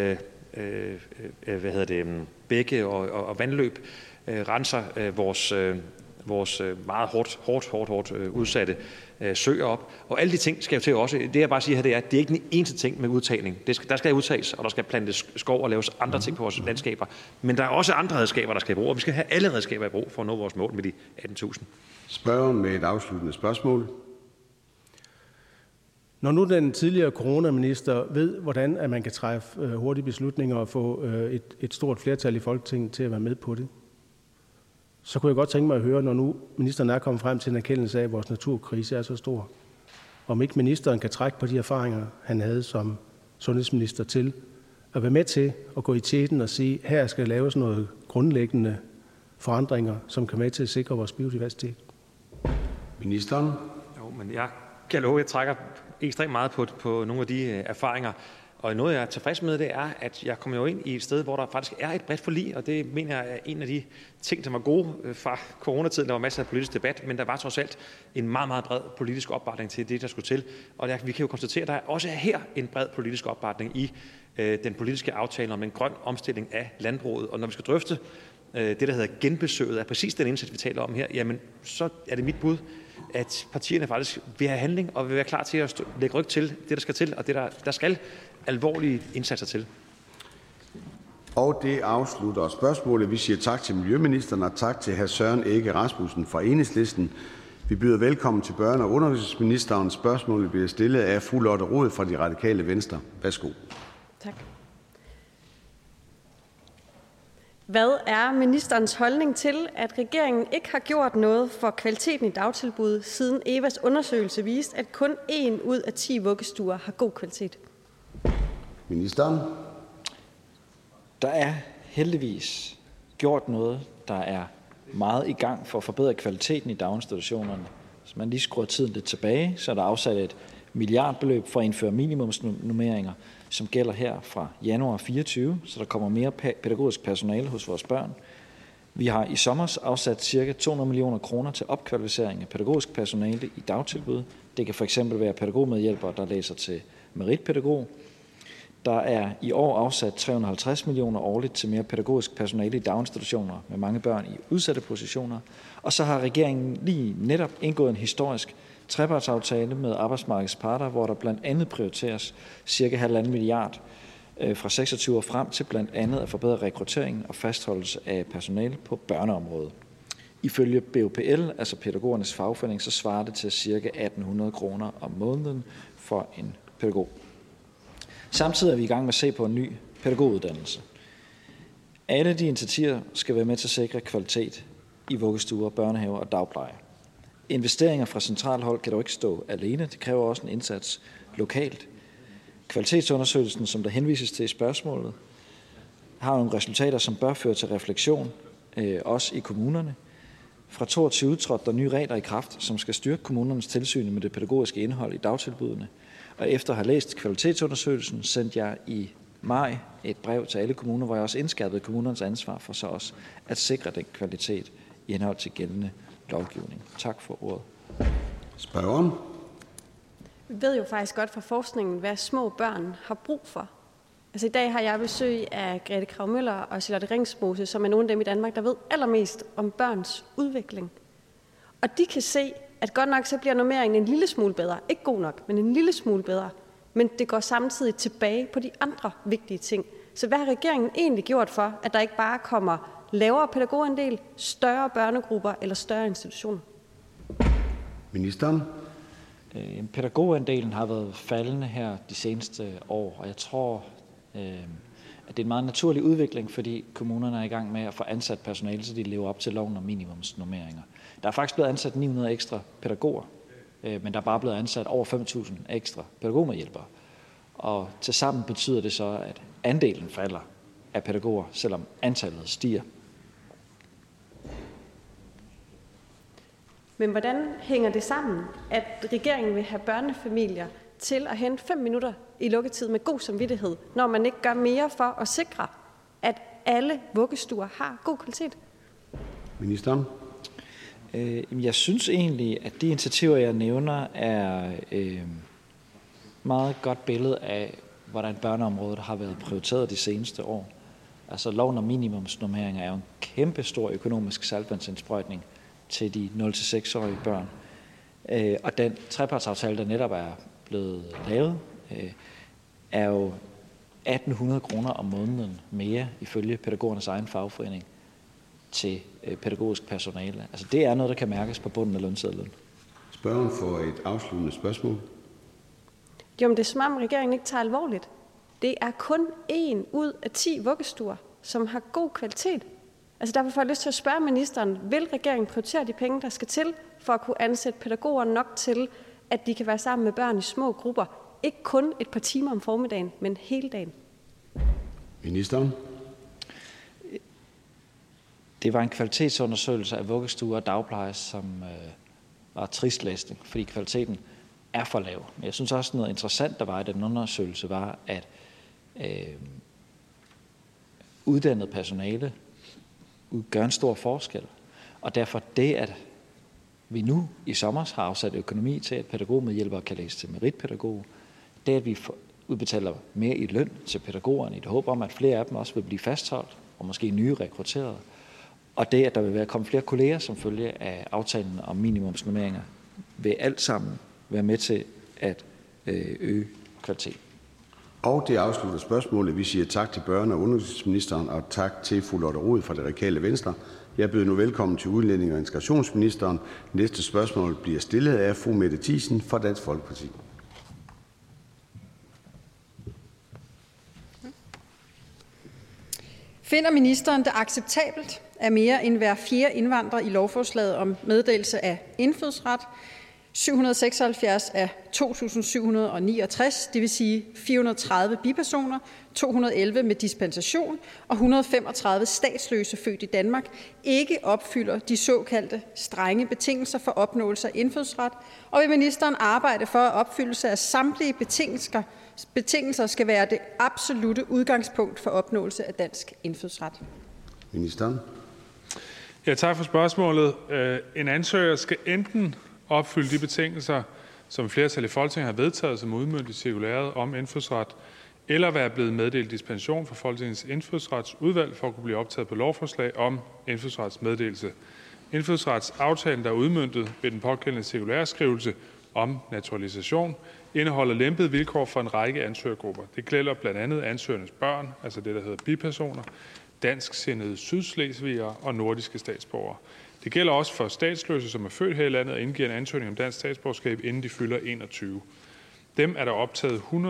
bække og vandløb, renser vores meget hårdt udsatte søer op. Og alle de ting skal jo til også. Det jeg bare siger her, det er, at det er ikke den eneste ting med udtagning. Der skal udtages, og der skal plantes skov og laves andre ting på vores landskaber. Men der er også andre redskaber, der skal i brug, og vi skal have alle redskaber i brug for at nå vores mål med de 18.000. Spørgeren med et afsluttende spørgsmål. Når nu den tidligere coronaminister ved, hvordan at man kan træffe hurtige beslutninger og få et stort flertal i Folketinget til at være med på det, så kunne jeg godt tænke mig at høre, når nu ministeren er kommet frem til en erkendelse af, at vores naturkrise er så stor, om ikke ministeren kan trække på de erfaringer, han havde som sundhedsminister til at være med til at gå i teten og sige, at her skal laves noget grundlæggende forandringer, som kan med til at sikre vores biodiversitet. Ministeren? Jo, men jeg kan love, at jeg trækker ekstremt meget på nogle af de erfaringer. Og noget, jeg er tilfreds med, det er, at jeg kommer jo ind i et sted, hvor der faktisk er et bredt forlig, og det mener jeg er en af de ting, som var gode fra coronatiden. Der var masser af politisk debat, men der var trods alt en meget, meget bred politisk opbakning til det, der skulle til. Og vi kan jo konstatere, at der er også her en bred politisk opbakning i den politiske aftale om en grøn omstilling af landbruget. Og når vi skal drøfte det, der hedder genbesøget af præcis den indsats, vi taler om her, jamen så er det mit bud, at partierne faktisk vil have handling og vil være klar til at lægge ryg til det, der skal til, og det, der skal alvorlige indsatser til. Og det afslutter spørgsmålet. Vi siger tak til miljøministeren og tak til hr. Søren Egge Rasmussen fra Enhedslisten. Vi byder velkommen til børne- og undervisningsministeren. Spørgsmålet bliver stillet af fru Lotte Rod fra De Radikale Venstre. Værsgo. Tak. Hvad er ministerens holdning til, at regeringen ikke har gjort noget for kvaliteten i dagtilbud, siden EVAs undersøgelse viste, at kun 1 ud af 10 vuggestuer har god kvalitet? Ministeren. Der er heldigvis gjort noget, der er meget i gang for at forbedre kvaliteten i daginstitutionerne. Hvis man lige skruer tiden lidt tilbage, så er der afsat et milliardbeløb for at indføre minimumsnormeringer, som gælder her fra januar 2024, så der kommer mere pædagogisk personale hos vores børn. Vi har i sommer afsat ca. 200 millioner kroner til opkvalificering af pædagogisk personale i dagtilbud. Det kan fx være pædagogmedhjælpere, der læser til meritpædagog. Der er i år afsat 350 millioner årligt til mere pædagogisk personale i daginstitutioner med mange børn i udsatte positioner. Og så har regeringen lige netop indgået en historisk trepartsaftale med arbejdsmarkedets parter, hvor der blandt andet prioriteres ca. 1,5 milliard fra 26 år frem til blandt andet at forbedre rekrutteringen og fastholdelse af personale på børneområdet. Ifølge BUPL, altså pædagogernes fagforening, så svarer det til ca. 1.800 kroner om måneden for en pædagog. Samtidig er vi i gang med at se på en ny pædagoguddannelse. Alle de initiativer skal være med til at sikre kvalitet i vuggestuer, børnehaver og dagpleje. Investeringer fra centralt hold kan dog ikke stå alene. Det kræver også en indsats lokalt. Kvalitetsundersøgelsen, som der henvises til i spørgsmålet, har nogle resultater, som bør føre til refleksion, også i kommunerne. Fra 2022 trådte der nye regler i kraft, som skal styrke kommunernes tilsyn med det pædagogiske indhold i dagtilbudene. Og efter at have læst kvalitetsundersøgelsen, sendte jeg i maj et brev til alle kommuner, hvor jeg også indskærpede kommunernes ansvar for så også at sikre den kvalitet i henhold til gældende lovgivning. Tak for ordet. Spørgeren. Vi ved jo faktisk godt fra forskningen, hvad små børn har brug for. Altså i dag har jeg besøg af Grete Kragh-Müller og Charlotte Ringsmose, som er nogle af dem i Danmark, der ved allermest om børns udvikling. Og de kan se, at godt nok så bliver normeringen en lille smule bedre. Ikke god nok, men en lille smule bedre. Men det går samtidig tilbage på de andre vigtige ting. Så hvad har regeringen egentlig gjort for, at der ikke bare kommer lavere pædagogandel, større børnegrupper eller større institutioner? Ministeren. Pædagogandelen har været faldende her de seneste år, og jeg tror, at det er en meget naturlig udvikling, fordi kommunerne er i gang med at få ansat personale, så de lever op til loven om minimumsnormeringer. Der er faktisk blevet ansat 900 ekstra pædagoger, men der er bare blevet ansat over 5.000 ekstra pædagogmedhjælpere. Og tilsammen betyder det så, at andelen falder af pædagoger, selvom antallet stiger. Men hvordan hænger det sammen, at regeringen vil have børnefamilier til at hente 5 minutter i lukketid med god samvittighed, når man ikke gør mere for at sikre, at alle vuggestuer har god kvalitet? Ministeren. Jeg synes egentlig, at de initiativer, jeg nævner, er meget godt billede af, hvordan børneområdet har været prioriteret de seneste år. Altså loven om minimumsnormeringer er jo en kæmpe stor økonomisk saltvandsindsprøjtning til de 0-6-årige børn. Og den trepartsaftale, der netop er blevet lavet, er jo 1.800 kroner om måneden mere ifølge pædagogernes egen fagforening til pædagogisk personale. Altså det er noget, der kan mærkes på bunden af lønsedlen. Spørgeren får et afsluttende spørgsmål. Jo, men det er som om regeringen ikke tager alvorligt. Det er kun 1 ud af 10 vuggestuer, som har god kvalitet. Altså derfor får jeg lyst til at spørge ministeren, vil regeringen prioritere de penge, der skal til, for at kunne ansætte pædagoger nok til, at de kan være sammen med børn i små grupper? Ikke kun et par timer om formiddagen, men hele dagen. Ministeren. Det var en kvalitetsundersøgelse af vuggestuer og dagpleje, som var trist læsning, fordi kvaliteten er for lav. Men jeg synes også, noget interessant, der var i den undersøgelse, var, at uddannet personale gør en stor forskel. Og derfor det, at vi nu i sommer har afsat økonomi til, at pædagogmedhjælpere kan læse til meritpædagog, det at vi udbetaler mere i løn til pædagogerne i det håb om, at flere af dem også vil blive fastholdt og måske nye rekrutteret. Og det, at der vil komme flere kolleger som følge af aftalen om minimumsnormeringer, vil alt sammen være med til at øge kvaliteten. Og det afslutter spørgsmålet. Vi siger tak til børne- og undervisningsministeren og tak til fru Lotte Rod fra Det Radikale Venstre. Jeg byder nu velkommen til udlændinge- og integrationsministeren. Næste spørgsmål bliver stillet af fru Mette Thiesen fra Dansk Folkeparti. Finder ministeren det acceptabelt, at mere end hver 4. indvandrer i lovforslaget om meddelelse af indfødsret, 776 af 2.769, det vil sige 430 bipersoner, 211 med dispensation og 135 statsløse født i Danmark, ikke opfylder de såkaldte strenge betingelser for opnåelse af indfødsret, og vil ministeren arbejde for, at opfyldelse af samtlige betingelser skal være det absolutte udgangspunkt for opnåelse af dansk indfødsret? Ministeren. Ja, tak for spørgsmålet. En ansøger skal enten opfylde de betingelser, som flertal i Folketinget har vedtaget som udmøntet i cirkulæret om indfødsret, eller være blevet meddelt dispensation fra Folketingets indfødsretsudvalg for at kunne blive optaget på lovforslag om indfødsretsmeddelelse. Indfødsretsaftalen, der er udmøntet ved den pågældende cirkulæreskrivelse om naturalisation, indeholder lempede vilkår for en række ansøgergrupper. Det gælder blandt andet ansøgernes børn, altså det, der hedder bipersoner, dansksindede sydslesvigere og nordiske statsborgere. Det gælder også for statsløse, som er født her i landet og indgiver en ansøgning om dansk statsborgerskab, inden de fylder 21. Dem er der optaget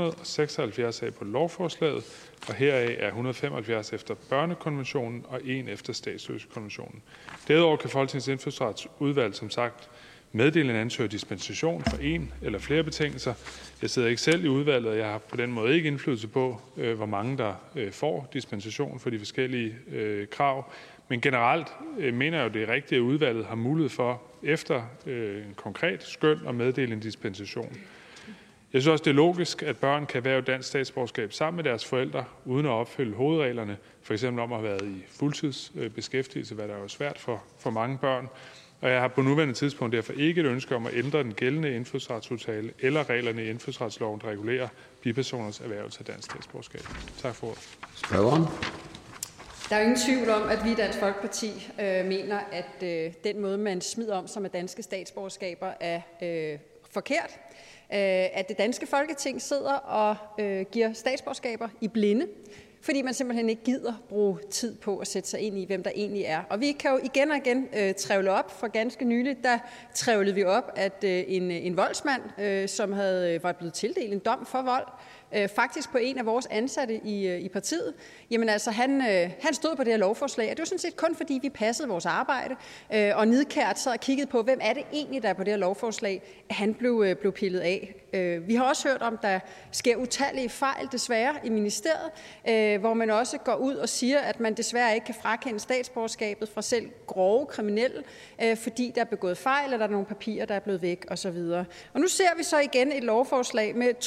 176 af på lovforslaget, og heraf er 175 efter børnekonventionen og 1 efter statsløsekonventionen. Derudover kan Folketingets indfødsretsudvalg som sagt meddele en ansøger dispensation for en eller flere betingelser. Jeg sidder ikke selv i udvalget, og jeg har på den måde ikke indflydelse på, hvor mange der får dispensation for de forskellige krav. Men generelt mener jeg jo, det er rigtigt, at udvalget har mulighed for efter en konkret skøn at meddele en dispensation. Jeg synes også, det er logisk, at børn kan erhverve dansk statsborgerskab sammen med deres forældre, uden at opfylde hovedreglerne, for eksempel om at have været i fuldtidsbeskæftigelse, hvad der er jo svært for mange børn. Og jeg har på nuværende tidspunkt derfor ikke et ønske om at ændre den gældende indfødsretsaftale eller reglerne i indfødsretsloven, der regulerer bipersoners erhvervelse af dansk statsborgerskab. Tak for ordet. Spørgeren. Der er jo ingen tvivl om, at vi i Dansk Folkeparti mener, at den måde, man smider om sig med danske statsborgerskaber, er forkert. At det danske Folketing sidder og giver statsborgerskaber i blinde, fordi man simpelthen ikke gider bruge tid på at sætte sig ind i, hvem der egentlig er. Og vi kan jo igen og igen trævle op. For ganske nyligt, der trævlede vi op, at en voldsmand, som var blevet tildelt en dom for vold, faktisk på en af vores ansatte i partiet, jamen altså han stod på det her lovforslag, og det var sådan set kun fordi vi passede vores arbejde, og nidkært sad og kiggede på, hvem er det egentlig, der er på det her lovforslag, at han blev pillet af. Vi har også hørt om, der sker utallige fejl desværre i ministeriet, hvor man også går ud og siger, at man desværre ikke kan frakende statsborgerskabet fra selv grove kriminelle, fordi der er begået fejl, eller der er nogle papirer, der er blevet væk osv. Og nu ser vi så igen et lovforslag med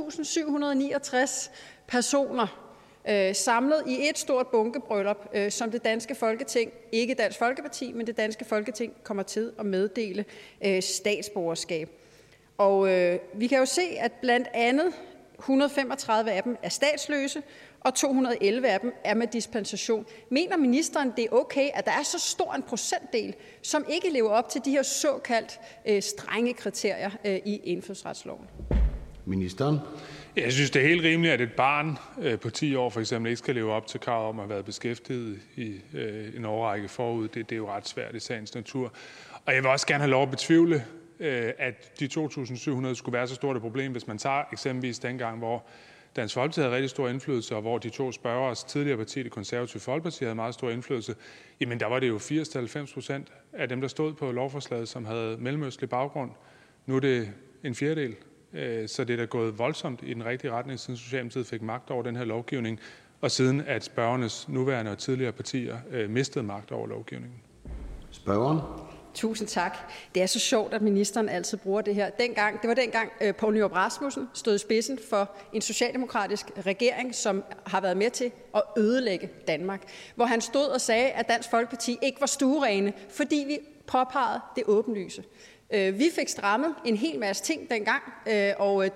2.769 personer samlet i et stort bunkebryllup, som det danske Folketing, ikke Dansk Folkeparti, men det danske Folketing kommer til at meddele statsborgerskab. Og vi kan jo se, at blandt andet 135 af dem er statsløse, og 211 af dem er med dispensation. Mener ministeren, det er okay, at der er så stor en procentdel, som ikke lever op til de her såkaldt strenge kriterier i indfødsretsloven? Ministeren. Jeg synes, det er helt rimeligt, at et barn på 10 år for eksempel ikke skal leve op til krav om at have været beskæftiget i en årrække forud. Det er jo ret svært i sagens natur. Og jeg vil også gerne have lov at betvivle, at de 2.700 skulle være så stort et problem, hvis man tager eksempelvis dengang, hvor Dansk Folkeparti havde rigtig stor indflydelse, og hvor de to spørgers tidligere parti, Det Konservative Folkeparti, havde meget stor indflydelse. Jamen der var det jo 80-90% af dem, der stod på lovforslaget, som havde mellemøstlig baggrund. Nu er det en fjerdedel. Så det er da gået voldsomt i den rigtige retning, siden Socialdemokratiet fik magt over den her lovgivning, og siden at spørgernes nuværende og tidligere partier mistede magt over lovgivningen. Spørgeren. Tusind tak. Det er så sjovt, at ministeren altid bruger det her. Det var dengang Poul Nyrup Rasmussen stod i spidsen for en socialdemokratisk regering, som har været med til at ødelægge Danmark. Hvor han stod og sagde, at Dansk Folkeparti ikke var stuerene, fordi vi påpegede det åbenlyse. Vi fik strammet en hel masse ting dengang, og det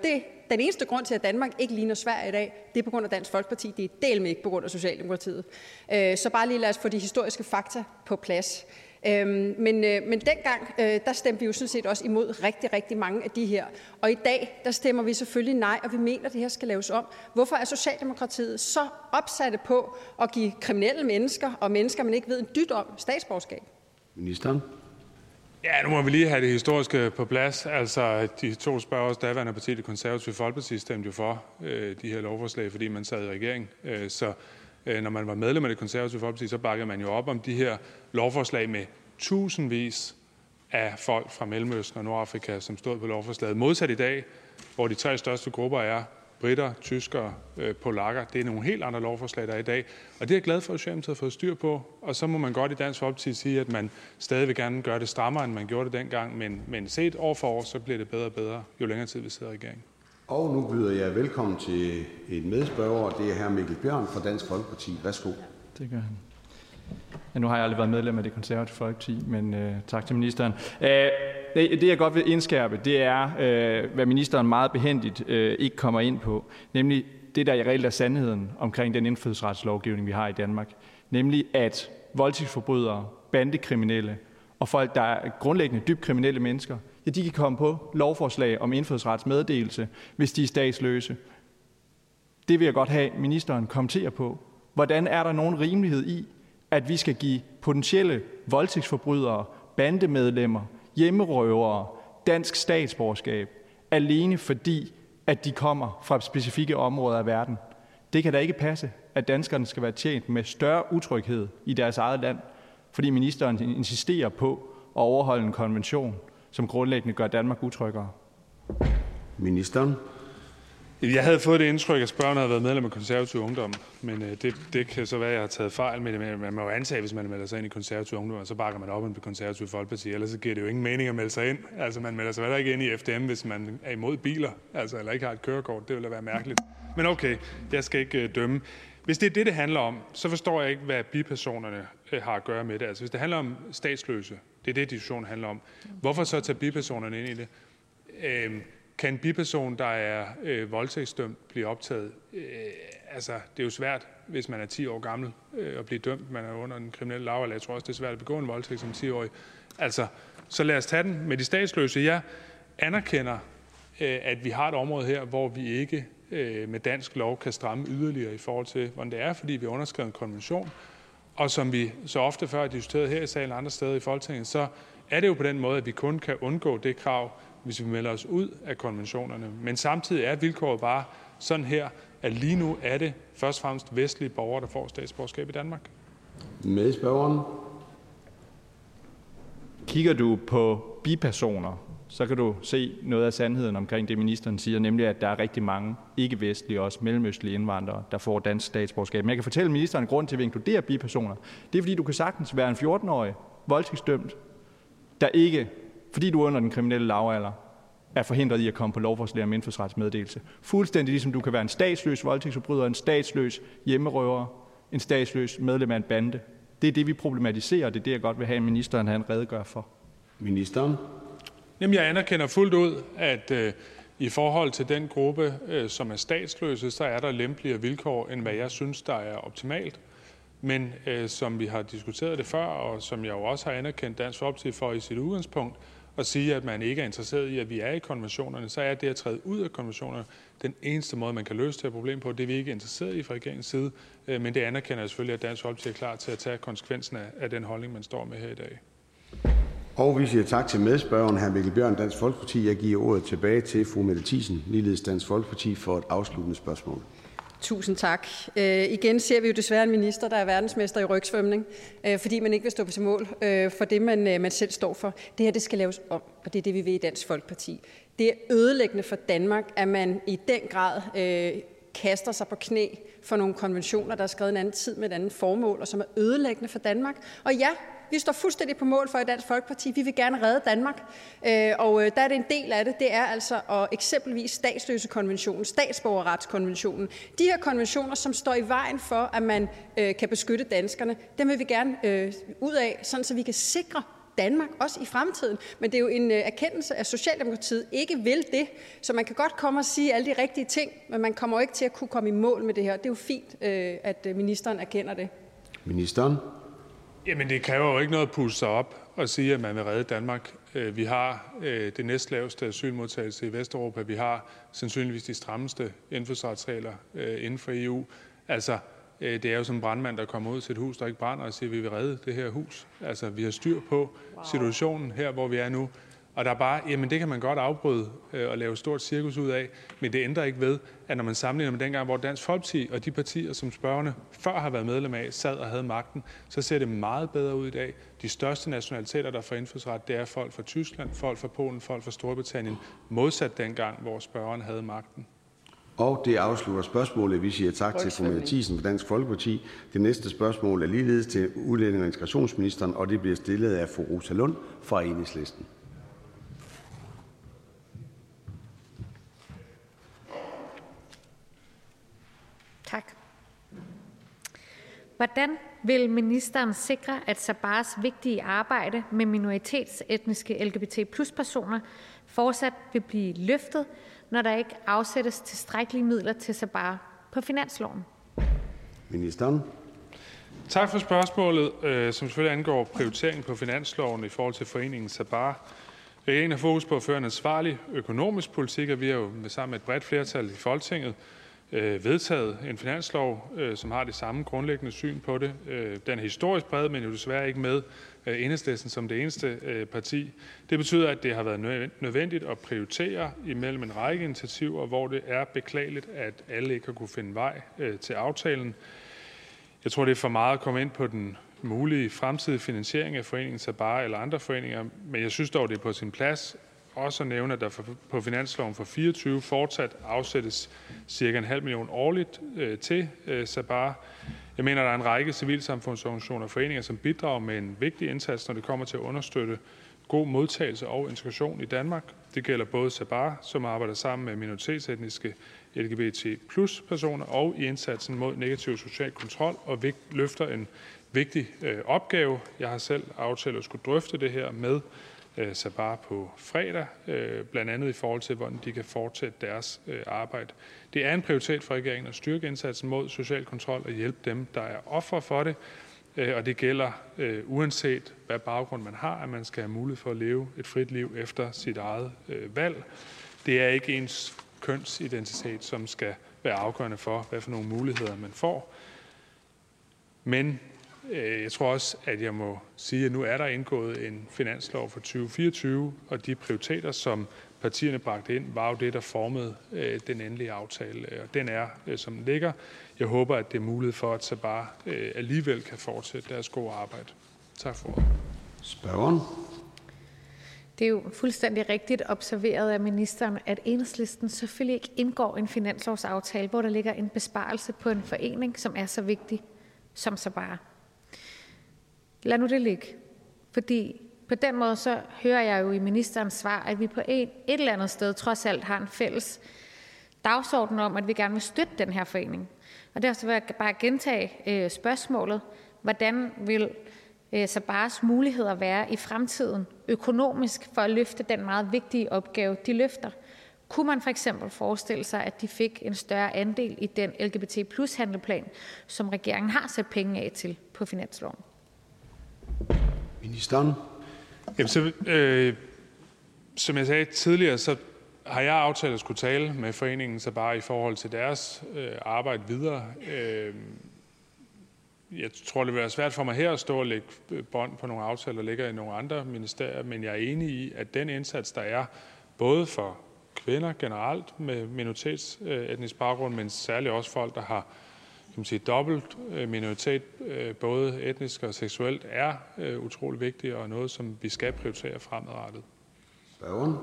Den eneste grund til, at Danmark ikke ligner Sverige i dag, det er på grund af Dansk Folkeparti. Det er dælme ikke på grund af Socialdemokratiet. Så bare lige lad os få de historiske fakta på plads. Men dengang, der stemte vi jo sådan set også imod rigtig, rigtig mange af de her. Og i dag, der stemmer vi selvfølgelig nej, og vi mener, at det her skal laves om. Hvorfor er Socialdemokratiet så opsatte på at give kriminelle mennesker og mennesker, man ikke ved en dyt om, statsborgerskab? Ministeren. Ja, nu må vi lige have det historiske på plads. Altså, de to spørgers daværende parti, Det Konservative Folkeparti, stemte jo for de her lovforslag, fordi man sad i regering. Så når man var medlem af Det Konservative Folkeparti, så bakkede man jo op om de her lovforslag med tusindvis af folk fra Mellemøsten og Nordafrika, som stod på lovforslaget. Modsat i dag, hvor de tre største grupper er britter, tyskere, polakker. Det er nogle helt andre lovforslag, der er i dag. Og det er jeg glad for, at Socialdemokratiet har fået styr på. Og så må man godt i Dansk Folkeparti sige, at man stadig vil gerne gøre det strammere, end man gjorde det dengang. Men set år for år, så bliver det bedre og bedre, jo længere tid vi sidder i regeringen. Og nu byder jeg velkommen til en medspørger. Det er hr. Mikkel Bjørn fra Dansk Folkeparti. Værsgo. Det gør han. Ja, nu har jeg aldrig været medlem af Det Konservative Folkeparti, men tak til ministeren. Det jeg godt vil indskærpe, det er, hvad ministeren meget behændigt ikke kommer ind på, nemlig det, der reelt er sandheden omkring den indfødsretslovgivning, vi har i Danmark. Nemlig, at voldtægtsforbrydere, bandekriminelle og folk, der er grundlæggende dybt kriminelle mennesker, ja, de kan komme på lovforslag om indfødsretsmeddelelse, hvis de er statsløse. Det vil jeg godt have, ministeren kommenterer på. Hvordan er der nogen rimelighed i, at vi skal give potentielle voldtægtsforbrydere, bandemedlemmer, hjemmerøvere, dansk statsborgerskab, alene fordi, at de kommer fra specifikke områder af verden? Det kan da ikke passe, at danskerne skal være tjent med større utryghed i deres eget land, fordi ministeren insisterer på at overholde en konvention, som grundlæggende gør Danmark utryggere. Ministeren. Jeg havde fået det indtryk, at spørgeren havde været medlem af Konservativ Ungdom, men det kan så være, at jeg har taget fejl med det. Man må jo antage, hvis man melder sig ind i Konservativ Ungdom, så bakker man op om Det Konservative Folkeparti, ellers så giver det jo ingen mening at melde sig ind. Altså man melder sig ikke ind i FDM, hvis man er imod biler, altså, eller ikke har et kørekort. Det ville da være mærkeligt. Men okay, jeg skal ikke dømme. Hvis det er det handler om, så forstår jeg ikke, hvad bipersonerne har at gøre med det. Altså hvis det handler om statsløse, det er det, diskussionen handler om. Hvorfor så tage bipersonerne ind i det? Kan en biperson, der er voldtægtsdømt, blive optaget? Altså, det er jo svært, hvis man er 10 år gammel, at blive dømt. Man er under en kriminel lavalder. Jeg tror også, det er svært at begå en voldtægt som 10-årig. Altså, så lad os tage den med de statsløse. Jeg anerkender, at vi har et område her, hvor vi ikke med dansk lov kan stramme yderligere i forhold til, hvordan det er, fordi vi har underskrevet en konvention. Og som vi så ofte før har diskuteret her i salen og andre steder i Folketinget, så er det jo på den måde, at vi kun kan undgå det krav, hvis vi melder os ud af konventionerne. Men samtidig er vilkåret bare sådan her, at lige nu er det først og fremmest vestlige borgere, der får statsborgerskab i Danmark. Medspørgeren. Kigger du på bipersoner, så kan du se noget af sandheden omkring det, ministeren siger, nemlig at der er rigtig mange ikke-vestlige, også mellemøstlige indvandrere, der får dansk statsborgerskab. Men jeg kan fortælle ministeren, at grunden til, at vi inkluderer bipersoner, det er, fordi du kan sagtens være en 14-årig voldtægtsdømt, der ikke, fordi du er under den kriminelle lavalder, er forhindret i at komme på lovforslag om indfødsretsmeddelelse. Fuldstændig ligesom du kan være en statsløs voldtægtsforbryder, en statsløs hjemmerøver, en statsløs medlem af en bande. Det er det, vi problematiserer, og det er det, jeg godt vil have, at ministeren han redegør for. Ministeren. Jamen, jeg anerkender fuldt ud, at i forhold til den gruppe, som er statsløse, så er der lempeligere vilkår, end hvad jeg synes, der er optimalt. Men som vi har diskuteret det før, og som jeg jo også har anerkendt Dansk Folkeparti for i sit udgangspunkt, at sige, at man ikke er interesseret i, at vi er i konventionerne, så er det at træde ud af konventionerne den eneste måde, man kan løse det her problem på. Det er vi ikke interesseret i fra regeringens side, men det anerkender jeg selvfølgelig, at Dansk Folkeparti er klar til at tage konsekvensen af den holdning, man står med her i dag. Og vi siger tak til medspørgeren, hr. Mikkel Bjørn, Dansk Folkeparti. Jeg giver ordet tilbage til fru Mette Thiesen, ligeledes Dansk Folkeparti, for et afsluttende spørgsmål. Tusind tak. Igen ser vi jo desværre en minister, der er verdensmester i rygsvømning, fordi man ikke vil stå på til mål for det, man selv står for. Det her, det skal laves om, og det er det, vi vil i Dansk Folkeparti. Det er ødelæggende for Danmark, at man i den grad kaster sig på knæ for nogle konventioner, der er skrevet en anden tid med et andet formål, og som er ødelæggende for Danmark. Og ja, vi står fuldstændig på mål for i Dansk Folkeparti. Vi vil gerne redde Danmark, og der er det en del af det. Det er altså eksempelvis statsløsekonventionen, statsborgerretskonventionen. De her konventioner, som står i vejen for, at man kan beskytte danskerne, dem vil vi gerne ud af, sådan så vi kan sikre Danmark, også i fremtiden. Men det er jo en erkendelse, at Socialdemokratiet ikke vil det. Så man kan godt komme og sige alle de rigtige ting, men man kommer jo ikke til at kunne komme i mål med det her. Det er jo fint, at ministeren erkender det. Ministeren? Jamen, det kræver jo ikke noget at puste sig op og sige, at man vil redde Danmark. Vi har det næstlaveste asylmodtagelse i Vesteuropa. Vi har sandsynligvis de strammeste indfødsretsregler inden for EU. Altså, det er jo som en brandmand, der kommer ud til et hus, der ikke brænder, og siger, at vi vil redde det her hus. Altså, vi har styr på situationen her, hvor vi er nu. Og der er bare, jamen det kan man godt afbryde og lave et stort cirkus ud af, men det ændrer ikke ved, at når man sammenligner med dengang, hvor Dansk Folkeparti og de partier, som spørgerne før har været medlem af, sad og havde magten, så ser det meget bedre ud i dag. De største nationaliteter, der får indfødsret, det er folk fra Tyskland, folk fra Polen, folk fra Storbritannien, modsat dengang, hvor spørgerne havde magten. Og det afslutter spørgsmålet. Vi siger tak til fru Mette Thiesen fra Dansk Folkeparti. Det næste spørgsmål er ligeledes til udlændinge- og integrationsministeren, og det bliver stillet af fru Rosa Lund fra Enhedslisten. Tak. Hvordan vil ministeren sikre, at Sabahs vigtige arbejde med minoritetsetniske LGBT+-personer fortsat vil blive løftet, når der ikke afsættes tilstrækkelige midler til Sabah på finansloven? Ministeren. Tak for spørgsmålet, som selvfølgelig angår prioritering på finansloven i forhold til foreningen Sabah. Regeringen har fokus på at føre en ansvarlig økonomisk politik, og vi har jo sammen med et bredt flertal i Folketinget vedtaget en finanslov, som har det samme grundlæggende syn på det. Den er historisk bred, men jo desværre ikke med Enhedslisten som det eneste parti. Det betyder, at det har været nødvendigt at prioritere imellem en række initiativer, hvor det er beklageligt, at alle ikke har kunne finde vej til aftalen. Jeg tror, det er for meget at komme ind på den mulige fremtidige finansiering af foreningen Sabah eller andre foreninger, men jeg synes dog, det er på sin plads også at nævne, at der på finansloven for 24 fortsat afsættes ca. 0,5 million årligt til Sabah. Jeg mener, der er en række civilsamfundsorganisationer og foreninger, som bidrager med en vigtig indsats, når det kommer til at understøtte god modtagelse og integration i Danmark. Det gælder både Sabah, som arbejder sammen med minoritetsetniske LGBT+-personer, og i indsatsen mod negativ social kontrol og løfter en vigtig opgave. Jeg har selv aftalt at skulle drøfte det her med Sabah på fredag, blandt andet i forhold til, hvordan de kan fortsætte deres arbejde. Det er en prioritet for regeringen at styrke indsatsen mod social kontrol og hjælpe dem, der er ofre for det. Og det gælder uanset hvad baggrund man har, at man skal have mulighed for at leve et frit liv efter sit eget valg. Det er ikke ens kønsidentitet, som skal være afgørende for, hvad for nogle muligheder man får. Men jeg tror også, at jeg må sige, at nu er der indgået en finanslov for 2024, og de prioriteter, som partierne bragte ind, var jo det, der formede den endelige aftale. Og den er, som den ligger. Jeg håber, at det er mulighed for, at Sabah alligevel kan fortsætte deres gode arbejde. Tak for ordet. Spørgeren. Det er jo fuldstændig rigtigt observeret af ministeren, at Enhedslisten selvfølgelig ikke indgår en finanslovsaftale, hvor der ligger en besparelse på en forening, som er så vigtig som Sabah. Lad nu det ligge, fordi på den måde så hører jeg jo i ministerens svar, at vi på et eller andet sted trods alt har en fælles dagsorden om, at vi gerne vil støtte den her forening. Og derfor vil jeg bare gentage spørgsmålet. Hvordan vil Sabahs muligheder være i fremtiden økonomisk for at løfte den meget vigtige opgave, de løfter? Kunne man for eksempel forestille sig, at de fik en større andel i den LGBT+-handleplan, som regeringen har sat penge af til på finansloven? Ministeren. Jamen, så, som jeg sagde tidligere, så har jeg aftalt at skulle tale med foreningen Sabah i forhold til deres arbejde videre. Jeg tror, det vil være svært for mig her at stå og lægge bånd på nogle aftaler, der ligger i nogle andre ministerier, men jeg er enig i, at den indsats, der er, både for kvinder generelt med minoritetsetnisk baggrund, men særligt også folk, der har dobbelt minoritet, både etnisk og seksuelt, er utrolig vigtigt og noget, som vi skal prioritere fremadrettet. Spørgeren.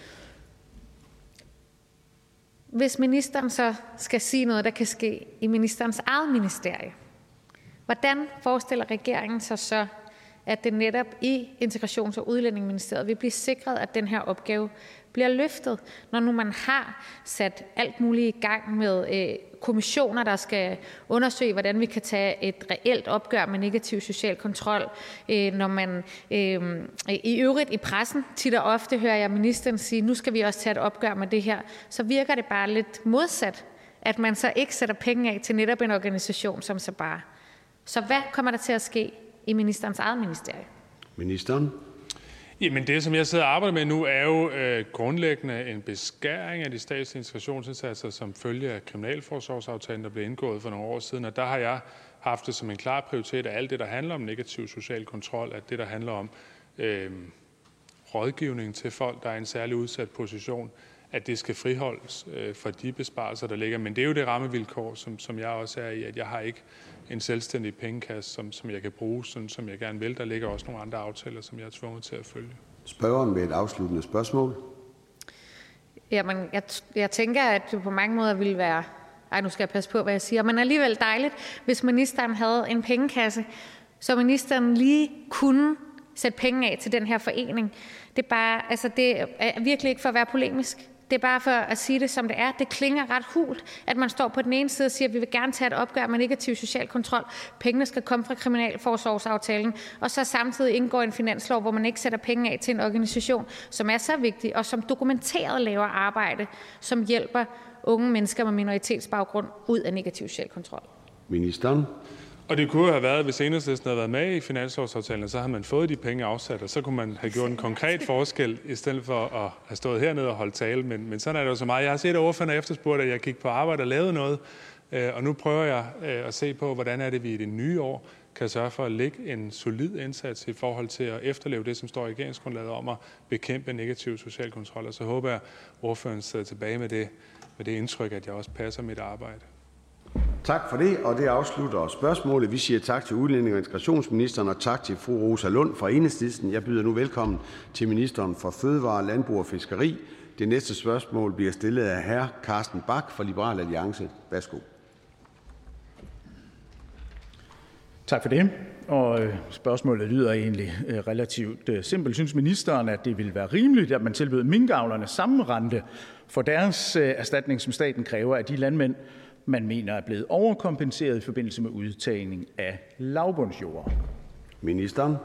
Hvis ministeren så skal sige noget, der kan ske i ministerens eget ministerie, hvordan forestiller regeringen sig så, at det netop i Integrations- og Udlændingeministeriet vil blive sikret, at den her opgave bliver løftet, når nu man har sat alt muligt i gang med kommissioner, der skal undersøge, hvordan vi kan tage et reelt opgør med negativ social kontrol. Når man i øvrigt i pressen tit og ofte hører jeg ministeren sige, nu skal vi også tage et opgør med det her, så virker det bare lidt modsat, at man så ikke sætter penge af til netop en organisation som Sabaah. Så hvad kommer der til at ske i ministerens eget ministerie? Ministeren. Jamen det, som jeg sidder og arbejder med nu, er jo grundlæggende en beskæring af de statslige integrationsindsatser, som følge af kriminalforsorgsaftalen, der blev indgået for nogle år siden. Og der har jeg haft det som en klar prioritet af alt det, der handler om negativ social kontrol, at det, der handler om rådgivning til folk, der er i en særlig udsat position, at det skal friholdes fra de besparelser, der ligger. Men det er jo det rammevilkår, som jeg også er i, at jeg har ikke en selvstændig pengekasse, som jeg kan bruge, sådan som jeg gerne vil. Der ligger også nogle andre aftaler, som jeg er tvunget til at følge. Spørgeren med et afsluttende spørgsmål. Jamen, jeg tænker, at det på mange måder ville være... nu skal jeg passe på, hvad jeg siger. Men alligevel dejligt, hvis ministeren havde en pengekasse, så ministeren lige kunne sætte penge af til den her forening. Det er virkelig ikke for at være polemisk. Det er bare for at sige det, som det er. Det klinger ret hult, at man står på den ene side og siger, at vi vil gerne tage et opgør med negativ social kontrol. Pengene skal komme fra kriminalforsorgsaftalen, og så samtidig indgår en finanslov, hvor man ikke sætter penge af til en organisation, som er så vigtig, og som dokumenteret laver arbejde, som hjælper unge mennesker med minoritetsbaggrund ud af negativ social kontrol. Ministeren. Og det kunne have været, hvis Enhedslisten havde været med i finanslovsaftalen, så havde man fået de penge afsat, og så kunne man have gjort en konkret forskel, i stedet for at have stået hernede og holdt tale. Men sådan er det jo så meget. Jeg har set, at ordførerne har efterspurgt, at jeg gik på arbejde og lavede noget, og nu prøver jeg at se på, hvordan er det, vi i det nye år kan sørge for at lægge en solid indsats i forhold til at efterleve det, som står i regeringsgrundlaget om at bekæmpe negativ social kontrol. Og så håber jeg, at ordføreren sidder tilbage med det indtryk, at jeg også passer mit arbejde. Tak for det, og det afslutter spørgsmålet. Vi siger tak til udlændinge- og integrationsministeren, og tak til fru Rosa Lund fra Enhedslisten. Jeg byder nu velkommen til ministeren for Fødevare, Landbrug og Fiskeri. Det næste spørgsmål bliver stillet af hr. Carsten Bach fra Liberal Alliance. Værsgo. Tak for det. Og spørgsmålet lyder egentlig relativt simpelt. Synes ministeren, at det ville være rimeligt, at man tilbød minkavlerne samme rente for deres erstatning, som staten kræver af de landmænd, man mener er blevet overkompenseret i forbindelse med udtagning af lavbundsjord? Ministeren.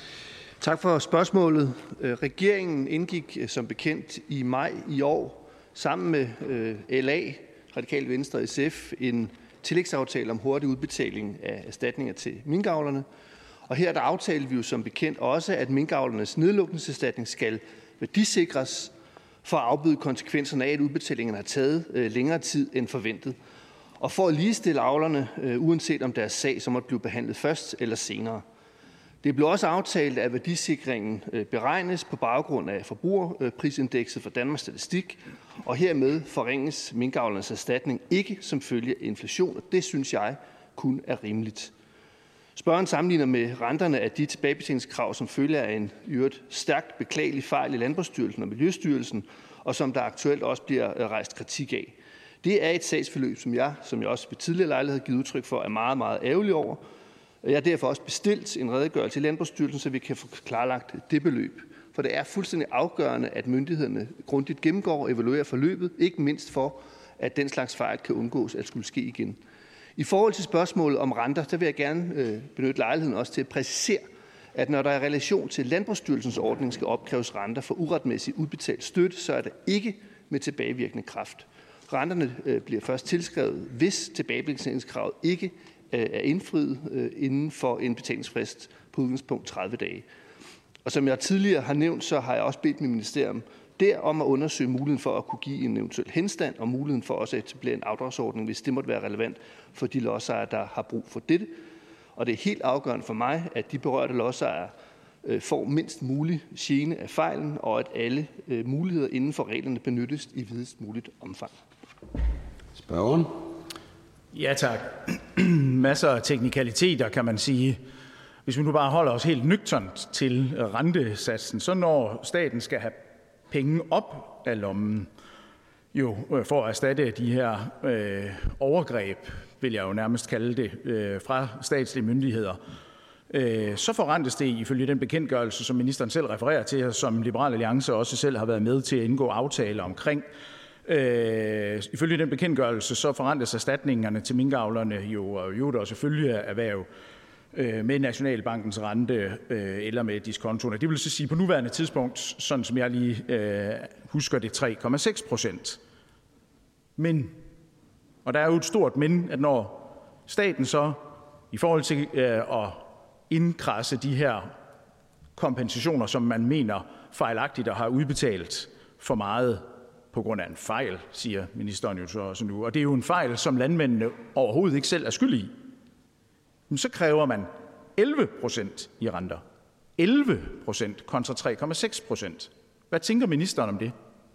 Tak for spørgsmålet. Regeringen indgik som bekendt i maj i år sammen med LA, Radikale Venstre og SF en tillægsaftale om hurtig udbetaling af erstatninger til minkavlerne. Og her der aftalte vi jo som bekendt også, at minkavlernes nedlukningserstatning skal værdisikres for at afbøde konsekvenserne af, at udbetalingerne har taget længere tid end forventet. Og for at ligestille avlerne, uanset om deres sag så måtte blive behandlet først eller senere. Det blev også aftalt, at værdisikringen beregnes på baggrund af forbrugerprisindekset for Danmarks Statistik, og hermed forringes minkavlernes erstatning ikke som følge af inflation, og det synes jeg kun er rimeligt. Spørgeren sammenligner med renterne af de tilbagebetalingskrav, som følger af en stærkt beklagelig fejl i Landbrugsstyrelsen og Miljøstyrelsen, og som der aktuelt også bliver rejst kritik af. Det er et sagsforløb, som jeg også ved tidligere lejlighed har givet udtryk for, er meget, meget ærgerlig over. Jeg har derfor også bestilt en redegørelse til Landbrugsstyrelsen, så vi kan få klarlagt det beløb. For det er fuldstændig afgørende, at myndighederne grundigt gennemgår og evaluerer forløbet, ikke mindst for, at den slags fejl kan undgås at skulle ske igen. I forhold til spørgsmålet om renter, så vil jeg gerne benytte lejligheden også til at præcisere, at når der i relation til Landbrugsstyrelsens ordning skal opkræves renter for uretmæssigt udbetalt støtte, så er der ikke med tilbagevirkende kraft. Renterne bliver først tilskrevet, hvis tilbagebetalingskravet ikke er indfriet inden for en betalingsfrist på udgangspunkt 30 dage. Og som jeg tidligere har nævnt, så har jeg også bedt mit ministerium om at undersøge muligheden for at kunne give en eventuel henstand og muligheden for også at etablere en afdragsordning, hvis det måtte være relevant for de lodsejere, der har brug for dette. Og det er helt afgørende for mig, at de berørte lodsejere får mindst mulig gene af fejlen, og at alle muligheder inden for reglerne benyttes i videst muligt omfang. Spørgeren. Ja, tak. Masser af teknikaliteter, kan man sige. Hvis vi nu bare holder os helt nøgternt til rentesatsen, så når staten skal have penge op af lommen, jo for at erstatte de her overgreb, vil jeg jo nærmest kalde det, fra statslige myndigheder, så forrentes det ifølge den bekendtgørelse, som ministeren selv refererer til, og som Liberal Alliance også selv har været med til at indgå aftale omkring. Ifølge den bekendtgørelse, så forrentes erstatningerne til minkavlerne jo der selvfølgelig erhverv med Nationalbankens rente eller med diskontoerne. Det vil så sige på nuværende tidspunkt, sådan som jeg lige husker det, 3,6%. Men, og der er jo et stort men, at når staten så i forhold til at indkrasse de her kompensationer, som man mener fejlagtigt og har udbetalt for meget på grund af en fejl, siger ministeren jo så også nu. Og det er jo en fejl, som landmændene overhovedet ikke selv er skyld i. Men så kræver man 11% i renter. 11% kontra 3,6%. Hvad tænker ministeren om det?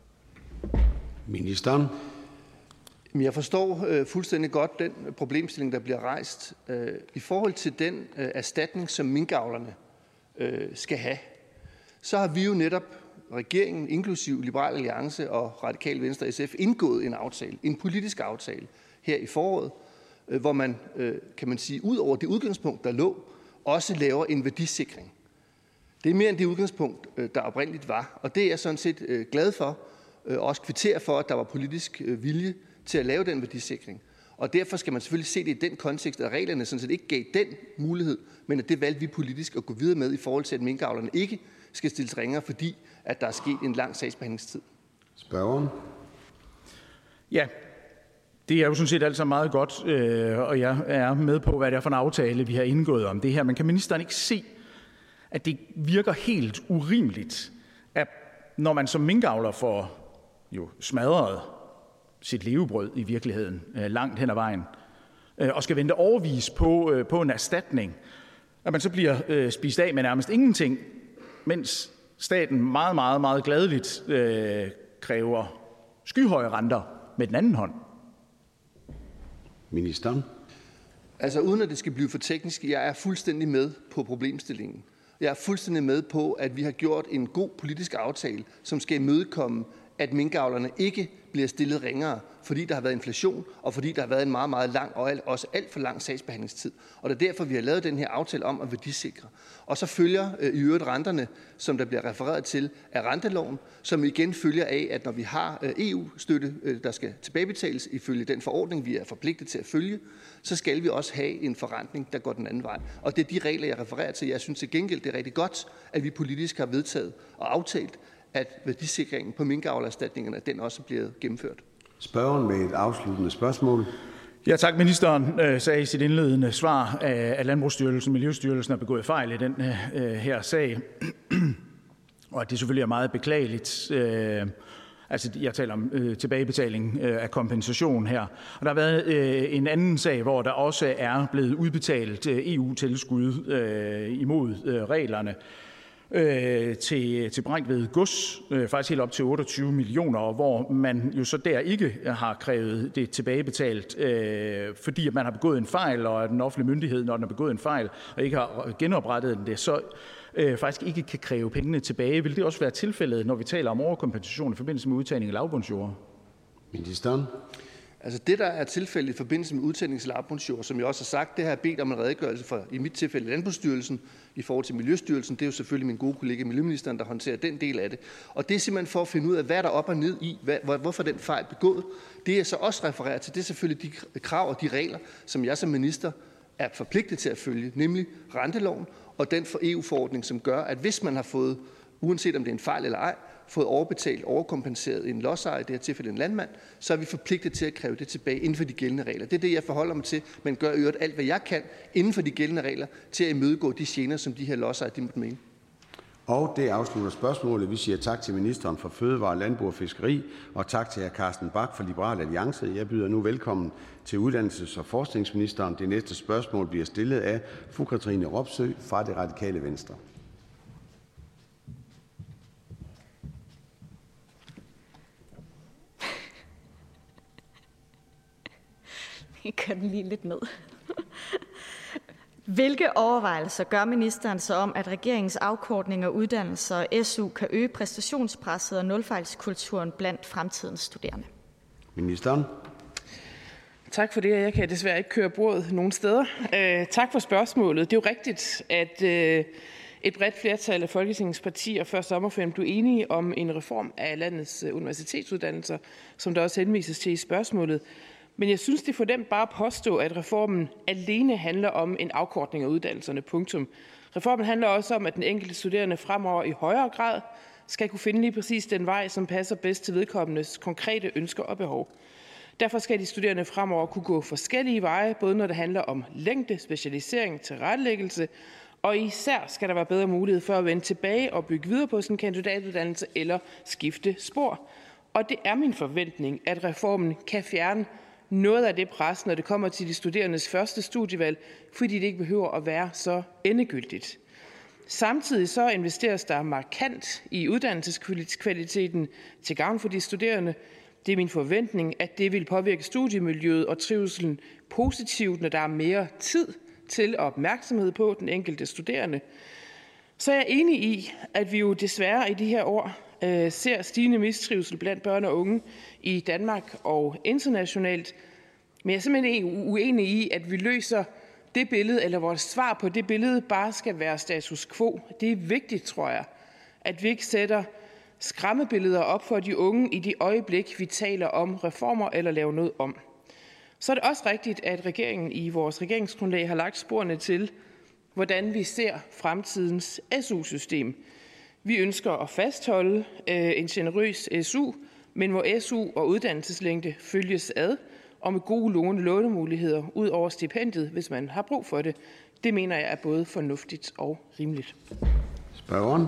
Ministeren. Jeg forstår fuldstændig godt den problemstilling, der bliver rejst. I forhold til den erstatning, som minkavlerne skal have, så har vi jo netop, regeringen, inklusiv Liberal Alliance og Radikale Venstre og SF, indgået en aftale, en politisk aftale her i foråret, hvor man, kan man sige, ud over det udgangspunkt, der lå, også laver en værdisikring. Det er mere end det udgangspunkt, der oprindeligt var, og det er jeg sådan set glad for, og også kvitterer for, at der var politisk vilje til at lave den værdisikring. Og derfor skal man selvfølgelig se det i den kontekst, at reglerne sådan set ikke gav den mulighed, men at det valgte vi politisk at gå videre med i forhold til, at minkavlerne ikke skal stilles ringere, fordi at der er sket en lang sagsbehandlingstid. Spørgeren. Ja, det er jo sådan set altså meget godt, og jeg er med på, hvad det er for en aftale, vi har indgået om det her. Men kan ministeren ikke se, at det virker helt urimeligt, at når man som minkavler får jo smadret sit levebrød i virkeligheden langt hen ad vejen, og skal vente overvis på en erstatning, at man så bliver spist af med nærmest ingenting, mens staten meget, meget, meget gladeligt kræver skyhøje renter med den anden hånd? Ministeren. Altså uden at det skal blive for teknisk, jeg er fuldstændig med på problemstillingen. Jeg er fuldstændig med på, at vi har gjort en god politisk aftale, som skal imødekomme, at minkavlerne ikke bliver stillet ringere, fordi der har været inflation, og fordi der har været en meget, meget lang og også alt for lang sagsbehandlingstid. Og det er derfor, vi har lavet den her aftale om at værdisikre. Og så følger i øvrigt renterne, som der bliver refereret til, af renteloven, som igen følger af, at når vi har EU-støtte, der skal tilbagebetales ifølge den forordning, vi er forpligtet til at følge, så skal vi også have en forrentning, der går den anden vej. Og det er de regler, jeg refererer til. Jeg synes til gengæld, det er rigtig godt, at vi politisk har vedtaget og aftalt, at værdisikringen på minkavlererstatningerne, at den også bliver gennemført. Spørgeren med et afsluttende spørgsmål. Ja, tak. Ministeren sagde i sit indledende svar, at Landbrugsstyrelsen og Miljøstyrelsen har begået fejl i den her sag, og at det selvfølgelig er meget beklageligt. Altså, jeg taler om tilbagebetaling af kompensation her. Og der har været en anden sag, hvor der også er blevet udbetalt EU-tilskud imod reglerne til Brænkved Gods, faktisk helt op til 28 millioner, hvor man jo så der ikke har krævet det tilbagebetalt, fordi man har begået en fejl, og at den offentlige myndighed, når den har begået en fejl, og ikke har genoprettet det, så faktisk ikke kan kræve pengene tilbage. Vil det også være tilfældet, når vi taler om overkompensation i forbindelse med udtagning af lavbundsjord? Ministeren. Altså det, der er tilfældet i forbindelse med udtagning af lavbundsjord, som jeg også har sagt, det har jeg bedt om en redegørelse for, i mit tilfælde Landbrugsstyrelsen, i forhold til Miljøstyrelsen. Det er jo selvfølgelig min gode kollega Miljøministeren, der håndterer den del af det. Og det er simpelthen for at finde ud af, hvad der er op og ned i, hvorfor den fejl begået. Det jeg så også refererer til, det er selvfølgelig de krav og de regler, som jeg som minister er forpligtet til at følge, nemlig renteloven og den for EU-forordning, som gør, at hvis man har fået, uanset om det er en fejl eller ej, fået overbetalt, overkompenseret en lodsejer, i det her tilfælde en landmand, så er vi forpligtet til at kræve det tilbage inden for de gældende regler. Det er det, jeg forholder mig til, men gør i øvrigt alt, hvad jeg kan inden for de gældende regler, til at imødegå de gener, som de her lodsejere, de måtte mene. Og det afslutter spørgsmålet. Vi siger tak til ministeren for Fødevare, Landbrug og Fiskeri, og tak til hr. Carsten Bach fra Liberal Alliance. Jeg byder nu velkommen til uddannelses- og forskningsministeren. Det næste spørgsmål bliver stillet af fru Katrine Robsøe fra Det Radikale Venstre. Jeg kan den lige lidt ned. Hvilke overvejelser gør ministeren så om, at regeringens afkortning af uddannelser og SU kan øge præstationspresset og nulfejlskulturen blandt fremtidens studerende? Ministeren. Tak for det, jeg kan desværre ikke køre bordet nogen steder. Tak for spørgsmålet. Det er jo rigtigt, at et bredt flertal af Folketingets partier før sommerferien blev enige om en reform af landets universitetsuddannelser, som der også henvises til i spørgsmålet. Men jeg synes, det er for dem bare at påstå, at reformen alene handler om en afkortning af uddannelserne. Punktum. Reformen handler også om, at den enkelte studerende fremover i højere grad skal kunne finde lige præcis den vej, som passer bedst til vedkommendes konkrete ønsker og behov. Derfor skal de studerende fremover kunne gå forskellige veje, både når det handler om længde, specialisering, tilrettelæggelse, og især skal der være bedre mulighed for at vende tilbage og bygge videre på sin kandidatuddannelse eller skifte spor. Og det er min forventning, at reformen kan fjerne noget af det pres, når det kommer til de studerendes første studievalg, fordi det ikke behøver at være så endegyldigt. Samtidig så investeres der markant i uddannelseskvaliteten til gavn for de studerende. Det er min forventning, at det vil påvirke studiemiljøet og trivselen positivt, når der er mere tid til opmærksomhed på den enkelte studerende. Så er jeg enig i, at vi jo desværre i de her år ser stigende mistrivsel blandt børn og unge i Danmark og internationalt. Men jeg er simpelthen uenig i, at vi løser det billede, eller vores svar på det billede bare skal være status quo. Det er vigtigt, tror jeg, at vi ikke sætter skræmmebilleder op for de unge i de øjeblik, vi taler om reformer eller laver noget om. Så er det også rigtigt, at regeringen i vores regeringsgrundlag har lagt sporene til, hvordan vi ser fremtidens SU-system. Vi ønsker at fastholde en generøs SU, men hvor SU og uddannelseslængde følges ad, og med gode lånemuligheder ud over stipendiet, hvis man har brug for det. Det mener jeg er både fornuftigt og rimeligt. Spørgeren.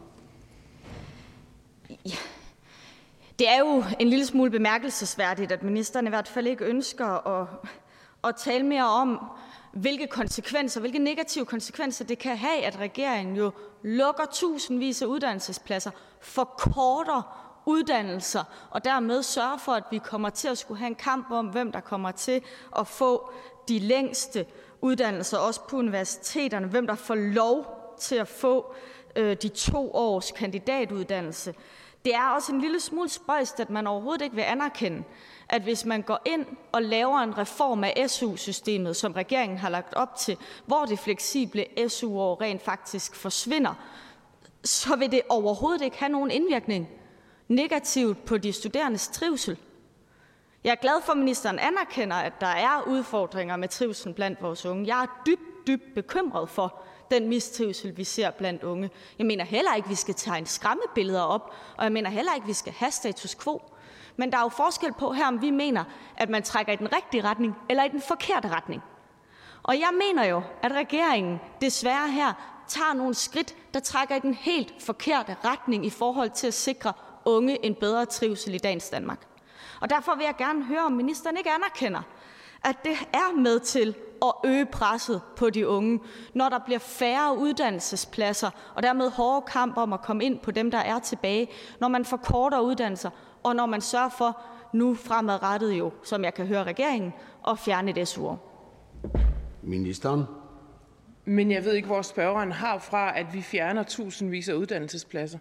Ja. Det er jo en lille smule bemærkelsesværdigt, at ministeren i hvert fald ikke ønsker at tale mere om, hvilke negative konsekvenser det kan have, at regeringen jo lukker tusindvis af uddannelsespladser, forkorter uddannelser og dermed sørger for, at vi kommer til at skulle have en kamp om, hvem der kommer til at få de længste uddannelser, også på universiteterne, hvem der får lov til at få de 2 års kandidatuddannelse. Det er også en lille smule spøjst, at man overhovedet ikke vil anerkende, at hvis man går ind og laver en reform af SU-systemet, som regeringen har lagt op til, hvor det fleksible SU-år rent faktisk forsvinder, så vil det overhovedet ikke have nogen indvirkning negativt på de studerendes trivsel. Jeg er glad for, at ministeren anerkender, at der er udfordringer med trivsel blandt vores unge. Jeg er dybt bekymret for den mistrivsel, vi ser blandt unge. Jeg mener heller ikke, vi skal tegne skræmmebilleder op, og jeg mener heller ikke, vi skal have status quo. Men der er jo forskel på her, om vi mener, at man trækker i den rigtige retning eller i den forkerte retning. Og jeg mener jo, at regeringen desværre her tager nogle skridt, der trækker i den helt forkerte retning i forhold til at sikre unge en bedre trivsel i dagens Danmark. Og derfor vil jeg gerne høre, om ministeren ikke anerkender, at det er med til at øge presset på de unge, når der bliver færre uddannelsespladser, og dermed hårde kamp om at komme ind på dem, der er tilbage, når man forkorter uddannelser, og når man sørger for nu fremadrettet jo, som jeg kan høre regeringen, at fjerne et SU-år. Ministeren. Men jeg ved ikke, hvor spørgeren har fra, at vi fjerner tusindvis af uddannelsespladser.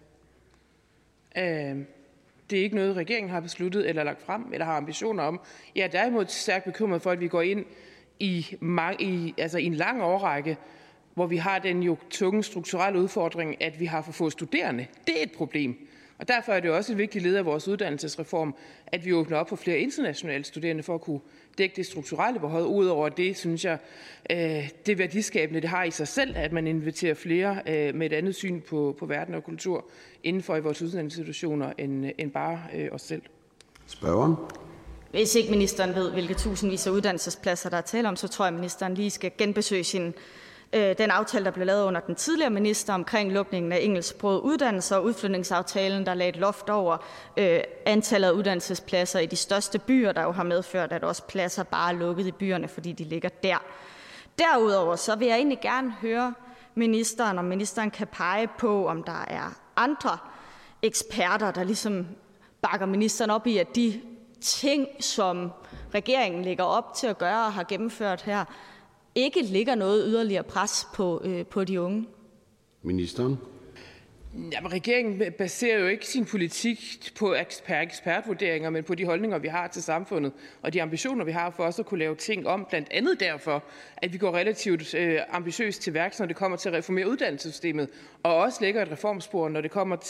Det er ikke noget, regeringen har besluttet eller lagt frem eller har ambitioner om. Jeg er derimod stærkt bekymret for, at vi går ind i en lang årrække, hvor vi har den jo tunge strukturelle udfordring, at vi har for få studerende. Det er et problem. Og derfor er det også et vigtigt led af vores uddannelsesreform, at vi åbner op for flere internationale studerende for at kunne dække det strukturelle behov. Udover det, synes jeg, det værdiskabende, det har i sig selv, at man inviterer flere med et andet syn på verden og kultur inden for i vores uddannelsesinstitutioner end bare os selv. Spørgeren. Hvis ikke ministeren ved, hvilke tusindvis af uddannelsespladser der er tale om, så tror jeg, at ministeren lige skal genbesøge den aftale, der blev lavet under den tidligere minister omkring lukningen af engelsksprogede uddannelser og udflytningsaftalen, der lagde et loft over antallet af uddannelsespladser i de største byer, der jo har medført, at også pladser bare er lukket i byerne, fordi de ligger der. Derudover så vil jeg egentlig gerne høre ministeren, om ministeren kan pege på, om der er andre eksperter, der ligesom bakker ministeren op i, at de ting, som regeringen lægger op til at gøre og har gennemført her, ikke ligger noget yderligere pres på de unge. Ministeren. Jamen, regeringen baserer jo ikke sin politik på ekspertvurderinger, men på de holdninger, vi har til samfundet, og de ambitioner, vi har for også at kunne lave ting om. Blandt andet derfor, at vi går relativt ambitiøst til værks, når det kommer til at reformere uddannelsessystemet, og også lægger et reformspor, når det kommer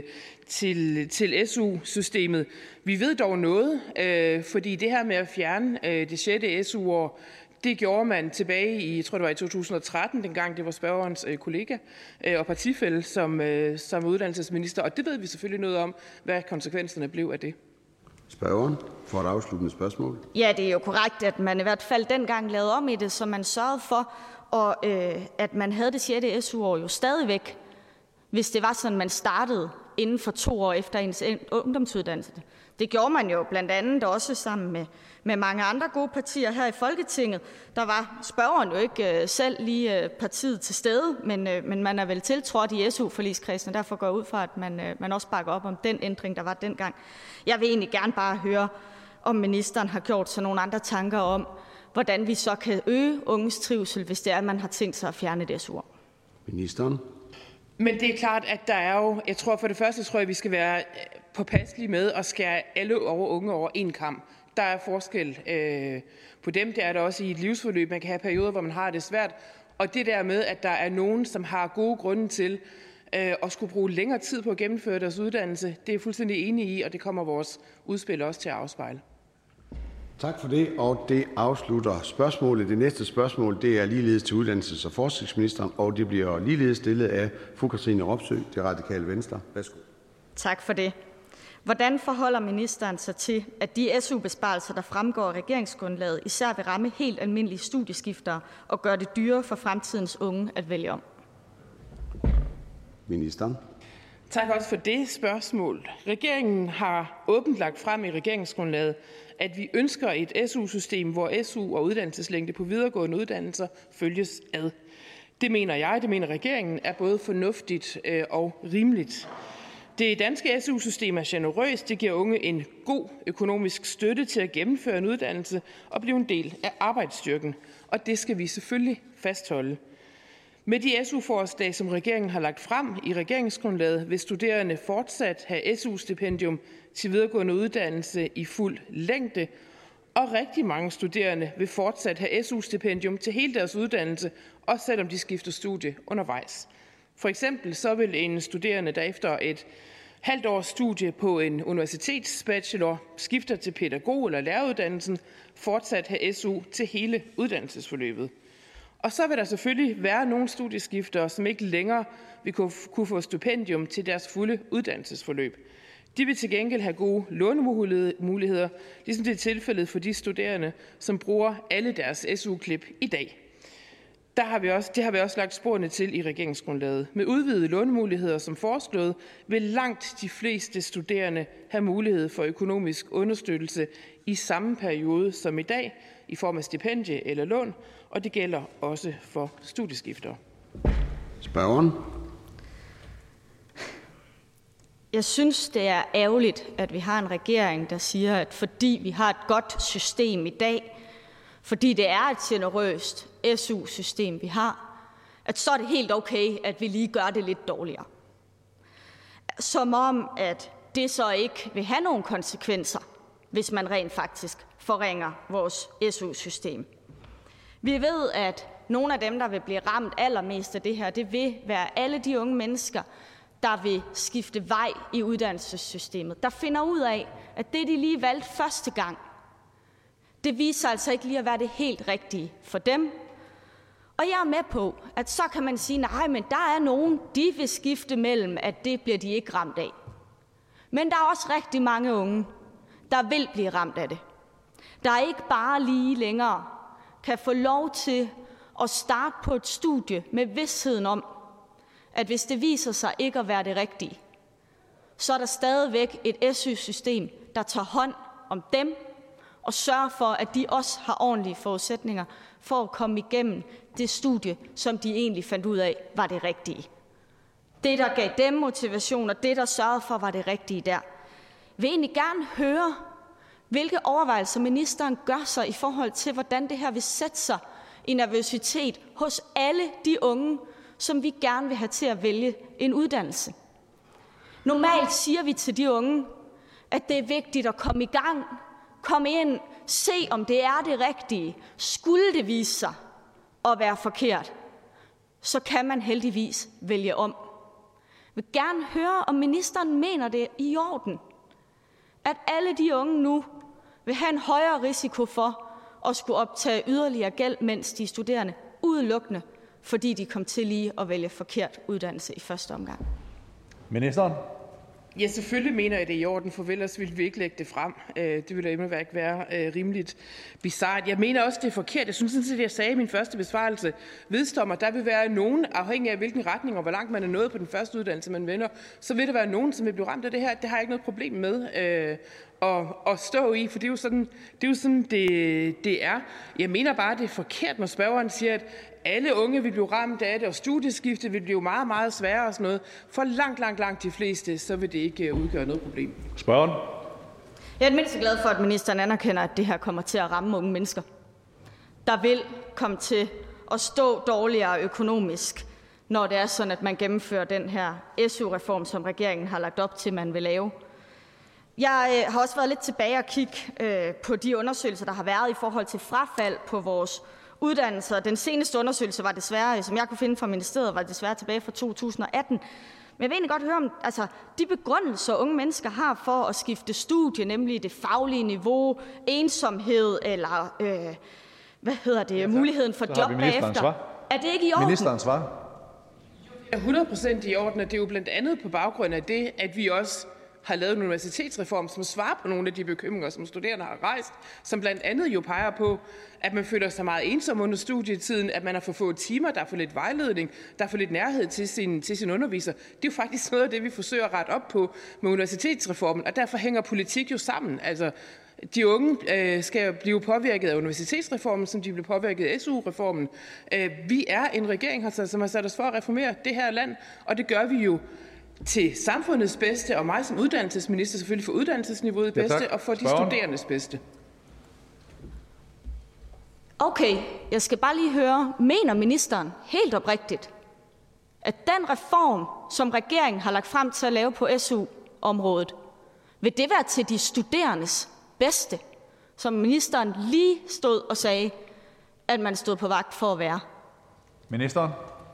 til SU-systemet. Vi ved dog noget, fordi det her med at fjerne det 6. SU-år, det gjorde man tilbage i, jeg tror det var i 2013, dengang det var spørgerens kollega og partifælle som uddannelsesminister. Og det ved vi selvfølgelig noget om, hvad konsekvenserne blev af det. Spørgeren for et afsluttende spørgsmål. Ja, det er jo korrekt, at man i hvert fald dengang lavede om i det, så man sørgede for, at man havde det 6. SU-år jo stadigvæk, hvis det var sådan, man startede inden for 2 år efter ens ungdomsuddannelse. Det gjorde man jo blandt andet også sammen med mange andre gode partier her i Folketinget. Der var spørgeren jo ikke selv lige partiet til stede, men man er vel tiltrådt i SU-forligskredsen, og derfor går jeg ud fra, at man også bakker op om den ændring, der var dengang. Jeg vil egentlig gerne bare høre, om ministeren har gjort sig nogle andre tanker om, hvordan vi så kan øge unges trivsel, hvis det er, at man har tænkt sig at fjerne det SU-år. Ministeren. Men det er klart, at der er jo, for det første, vi skal være påpasselige med at skære alle unge over en kam. Der er forskel på dem. Det er der også i et livsforløb. Man kan have perioder, hvor man har det svært. Og det der med, at der er nogen, som har gode grunde til at skulle bruge længere tid på at gennemføre deres uddannelse, det er jeg fuldstændig enig i, og det kommer vores udspil også til at afspejle. Tak for det, og det afslutter spørgsmålet. Det næste spørgsmål, det er ligeledes til uddannelses- og forskningsministeren, og det bliver ligeledes stillet af fru Katrine Robsøe, Det Radikale Venstre. Værsgo. Tak for det. Hvordan forholder ministeren sig til, at de SU-besparelser, der fremgår af regeringsgrundlaget, især vil ramme helt almindelige studieskiftere og gøre det dyrere for fremtidens unge at vælge om? Ministeren. Tak også for det spørgsmål. Regeringen har åbent lagt frem i regeringsgrundlaget, at vi ønsker et SU-system, hvor SU og uddannelseslængde på videregående uddannelser følges ad. Det mener regeringen er både fornuftigt og rimeligt. Det danske SU-system er generøst. Det giver unge en god økonomisk støtte til at gennemføre en uddannelse og blive en del af arbejdsstyrken. Og det skal vi selvfølgelig fastholde. Med de SU-forslag, som regeringen har lagt frem i regeringsgrundlaget, vil studerende fortsat have SU-stipendium til videregående uddannelse i fuld længde, og rigtig mange studerende vil fortsat have SU-stipendium til hele deres uddannelse, også selvom de skifter studie undervejs. For eksempel så vil en studerende, der efter et halvt års studie på en universitetsbachelor skifter til pædagog- eller læreruddannelsen, fortsat have SU til hele uddannelsesforløbet. Og så vil der selvfølgelig være nogle studieskiftere, som ikke længere vil kunne få stipendium til deres fulde uddannelsesforløb. De vil til gengæld have gode lånemuligheder, ligesom det er tilfældet for de studerende, som bruger alle deres SU-klip i dag. Det har vi også lagt sporene til i regeringsgrundlaget. Med udvidede lånemuligheder som foreslået, vil langt de fleste studerende have mulighed for økonomisk understøttelse i samme periode som i dag, i form af stipendie eller lån, og det gælder også for studieskiftere. Spørgeren. Jeg synes, det er ærgerligt, at vi har en regering, der siger, at fordi vi har et godt system i dag, fordi det er et generøst SU-system, vi har, at så er det helt okay, at vi lige gør det lidt dårligere. Som om, at det så ikke vil have nogen konsekvenser, hvis man rent faktisk forringer vores SU-system. Vi ved, at nogle af dem, der vil blive ramt allermest af det her, det vil være alle de unge mennesker, der vil skifte vej i uddannelsessystemet, der finder ud af, at det, de lige valgte første gang, det viser altså ikke lige at være det helt rigtige for dem. Og jeg er med på, at så kan man sige, nej, men der er nogen, de vil skifte mellem, at det bliver de ikke ramt af. Men der er også rigtig mange unge, der vil blive ramt af det. Der ikke bare lige længere kan få lov til at starte på et studie med vidstheden om, at hvis det viser sig ikke at være det rigtige, så er der stadigvæk et SU-system, der tager hånd om dem og sørger for, at de også har ordentlige forudsætninger for at komme igennem det studie, som de egentlig fandt ud af var det rigtige. Det, der gav dem motivation, og det, der sørgede for, var det rigtige der. Jeg vil egentlig gerne høre, hvilke overvejelser ministeren gør sig i forhold til, hvordan det her vil sætte sig i nervøsitet hos alle de unge, som vi gerne vil have til at vælge en uddannelse. Normalt siger vi til de unge, at det er vigtigt at komme i gang, komme ind, se om det er det rigtige. Skulle det vise sig at være forkert, så kan man heldigvis vælge om. Jeg vil gerne høre, om ministeren mener det i orden, at alle de unge nu vil have en højere risiko for at skulle optage yderligere gæld, mens de er studerende, udelukkende, fordi de kom til lige at vælge forkert uddannelse i første omgang. Ministeren? Ja, selvfølgelig mener jeg det i orden, for ellers ville vi ikke lægge det frem. Det ville da ikke være rimeligt bizarrt. Jeg mener også, det er forkert. Jeg synes sådan set, jeg sagde i min første besvarelse, vedstår der vil være nogen, afhængig af hvilken retning og hvor langt man er nået på den første uddannelse, man vender, så vil der være nogen, som vil blive ramt af det her. Det har jeg ikke noget problem med at stå i, for det er jo sådan, det er. Jeg mener bare, det er forkert, når spørgeren siger, at alle unge vil blive ramt af det, og studieskifte vil blive meget, meget sværere og sådan noget. For langt de fleste, så vil det ikke udgøre noget problem. Spørgeren? Jeg er mindst glad for, at ministeren anerkender, at det her kommer til at ramme unge mennesker, der vil komme til at stå dårligere økonomisk, når det er sådan, at man gennemfører den her SU-reform, som regeringen har lagt op til, man vil lave. Jeg har også været lidt tilbage og kigge på de undersøgelser, der har været i forhold til frafald på vores uddannelser. Den seneste undersøgelse var desværre, som jeg kunne finde fra ministeriet, var desværre tilbage fra 2018. Men jeg vil egentlig godt høre om de begrundelser, unge mennesker har for at skifte studie, nemlig det faglige niveau, ensomhed eller muligheden for job bagefter. Er det ikke i orden? Ministerens svar. Det er 100% i orden, og det er jo blandt andet på baggrund af det, at vi også har lavet en universitetsreform, som svarer på nogle af de bekymringer, som studerende har rejst, som blandt andet jo peger på, at man føler sig meget ensom under studietiden, at man har for få timer, der er for lidt vejledning, der er for lidt nærhed til sin underviser. Det er jo faktisk noget af det, vi forsøger at rette op på med universitetsreformen, og derfor hænger politik jo sammen. Altså, de unge skal blive påvirket af universitetsreformen, som de blev påvirket af SU-reformen. Vi er en regering, som har sat os for at reformere det her land, og det gør vi jo til samfundets bedste, og mig som uddannelsesminister selvfølgelig for uddannelsesniveauet bedste, og for de studerendes bedste. Okay, jeg skal bare lige høre, mener ministeren helt oprigtigt, at den reform, som regeringen har lagt frem til at lave på SU-området, vil det være til de studerendes bedste, som ministeren lige stod og sagde, at man stod på vagt for at være? Ministeren?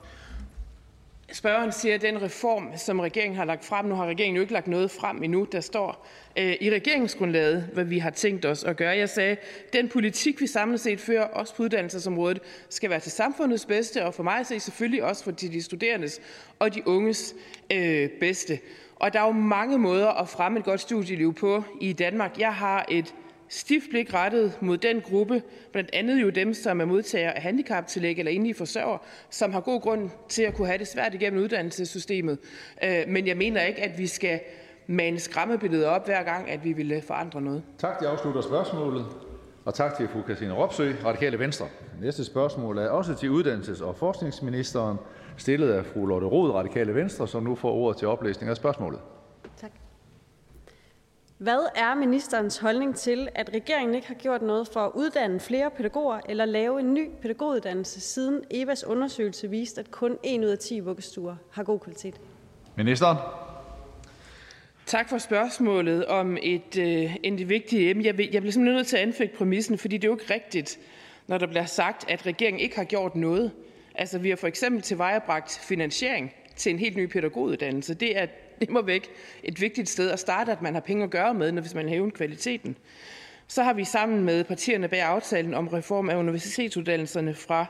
Spørgeren siger, at den reform, som regeringen har lagt frem, nu har regeringen jo ikke lagt noget frem endnu, der står i regeringsgrundlaget, hvad vi har tænkt os at gøre. Jeg sagde, at den politik, vi samlet set fører, også på uddannelsesområdet, skal være til samfundets bedste, og for mig så selvfølgelig også for de studerendes og de unges bedste. Og der er jo mange måder at fremme et godt studieliv på i Danmark. Jeg har et stift blik rettet mod den gruppe, blandt andet jo dem, som er modtagere af handicaptillæg eller enlige forsørgere, som har god grund til at kunne have det svært igennem uddannelsessystemet. Men jeg mener ikke, at vi skal mane skræmmebilleder op hver gang, at vi vil forandre noget. Tak, det afslutter spørgsmålet. Og tak til fru Katrine Robsøe, Radikale Venstre. Næste spørgsmål er også til uddannelses- og forskningsministeren, stillet af fru Lotte Rod, Radikale Venstre, som nu får ordet til oplæsning af spørgsmålet. Tak. Hvad er ministerens holdning til, at regeringen ikke har gjort noget for at uddanne flere pædagoger eller lave en ny pædagoguddannelse, siden EVAs undersøgelse viste, at kun 1 ud af 10 vuggestuer har god kvalitet? Ministeren? Tak for spørgsmålet om et vigtigt emne. Jeg bliver simpelthen nødt til at anfægte præmissen, fordi det er jo ikke rigtigt, når der bliver sagt, at regeringen ikke har gjort noget. Altså, vi har for eksempel tilvejebragt finansiering til en helt ny pædagoguddannelse. Det er immer væk et vigtigt sted at starte, at man har penge at gøre med, hvis man hæver kvaliteten. Så har vi sammen med partierne bag aftalen om reform af universitetsuddannelserne fra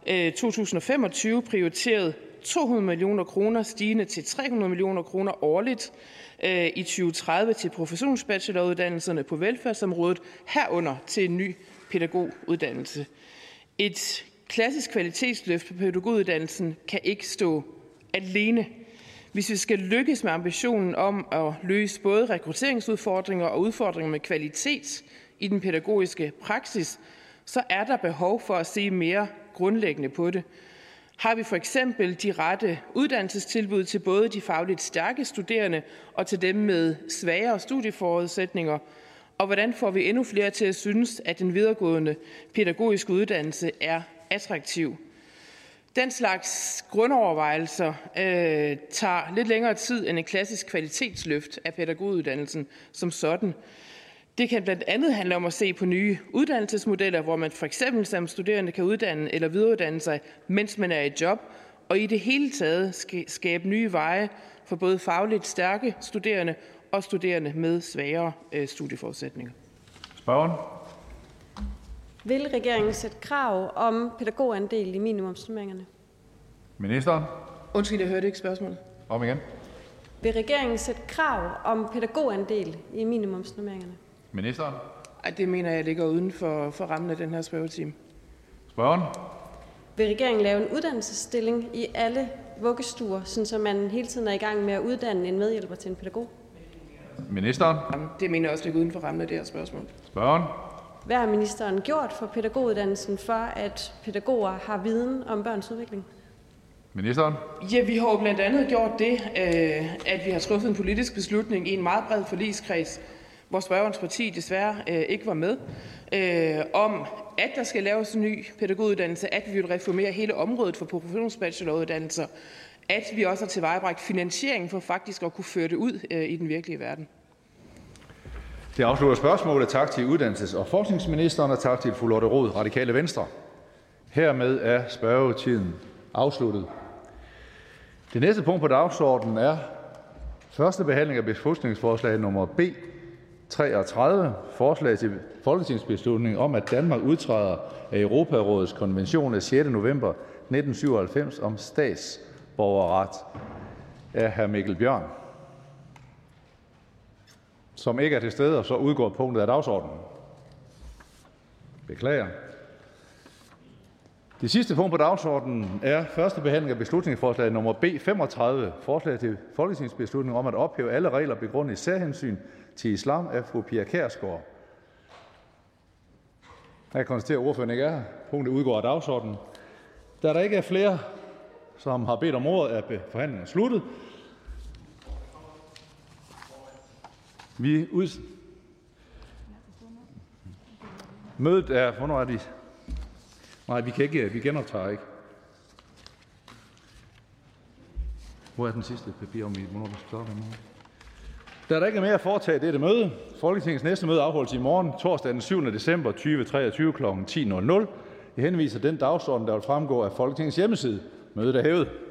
2025 prioriteret 200 millioner kroner stigende til 300 millioner kroner årligt i 2030 til professionsbacheloruddannelserne på velfærdsområdet, herunder til en ny pædagoguddannelse. Et klassisk kvalitetsløft på pædagoguddannelsen kan ikke stå alene. Hvis vi skal lykkes med ambitionen om at løse både rekrutteringsudfordringer og udfordringer med kvalitet i den pædagogiske praksis, så er der behov for at se mere grundlæggende på det. Har vi for eksempel de rette uddannelsestilbud til både de fagligt stærke studerende og til dem med svagere studieforudsætninger? Og hvordan får vi endnu flere til at synes, at den videregående pædagogiske uddannelse er attraktiv? Den slags grundovervejelser tager lidt længere tid end en klassisk kvalitetsløft af pædagoguddannelsen som sådan. Det kan blandt andet handle om at se på nye uddannelsesmodeller, hvor man for eksempel som studerende kan uddanne eller videreuddanne sig, mens man er i job, og i det hele taget skabe nye veje for både fagligt stærke studerende og studerende med svagere studieforudsætninger. Spørgeren. Vil regeringen sætte krav om pædagogandel i minimumsnormeringerne? Ministeren. Undskyld, jeg hørte ikke spørgsmålet. Om igen. Vil regeringen sætte krav om pædagogandel i minimumsnormeringerne? Ministeren. Ej, det mener jeg ligger uden for rammen af den her spørgetime. Spørgeren. Vil regeringen lave en uddannelsesstilling i alle vuggestuer, så man hele tiden er i gang med at uddanne en medhjælper til en pædagog? Ministeren. Det mener jeg også ligger uden for rammen af det her spørgsmål. Spørgeren. Hvad har ministeren gjort for pædagoguddannelsen, for at pædagoger har viden om børns udvikling? Ministeren. Ja, vi har jo blandt andet gjort det, at vi har truffet en politisk beslutning i en meget bred forligskreds, hvor spørgerens parti desværre ikke var med, om at der skal laves en ny pædagoguddannelse, at vi vil reformere hele området for professionsbacheloruddannelser, at vi også har tilvejebragt finansiering for faktisk at kunne føre det ud i den virkelige verden. Det afslutter spørgsmålet. Tak til uddannelses- og forskningsministeren, og tak til fru Lotte Rod, Radikale Venstre. Hermed er spørgetiden afsluttet. Det næste punkt på dagsordenen er første behandling af beslutningsforslag nummer B 33, forslag til folketingsbeslutning om, at Danmark udtræder af Europarådets konvention af 6. november 1997 om statsborgerret af hr. Mikkel Bjørn, som ikke er til stede, og så udgår punktet af dagsordenen. Beklager. Det sidste punkt på dagsordenen er første behandling af beslutningsforslag nummer B 35, forslag til folketingsbeslutning om at ophæve alle regler begrundet i særhensyn til islam af fru Pia Kjærsgaard. Jeg konstaterer, at ordføreren ikke er her. Punktet udgår af dagsordenen. Da der ikke er flere, som har bedt om ordet, er forhandlingen sluttet. Mødet er... Hvornår er de? Nej, vi kan ikke. Vi genoptager ikke. Hvor er den sidste papir om, hvornår vi skal starte med? Da der ikke er mere at foretage dette møde, Folketingets næste møde afholdes i morgen, torsdag den 7. december 2023 kl. 10.00. Jeg henviser den dagsorden, der vil fremgå af Folketingets hjemmeside. Mødet er hævet.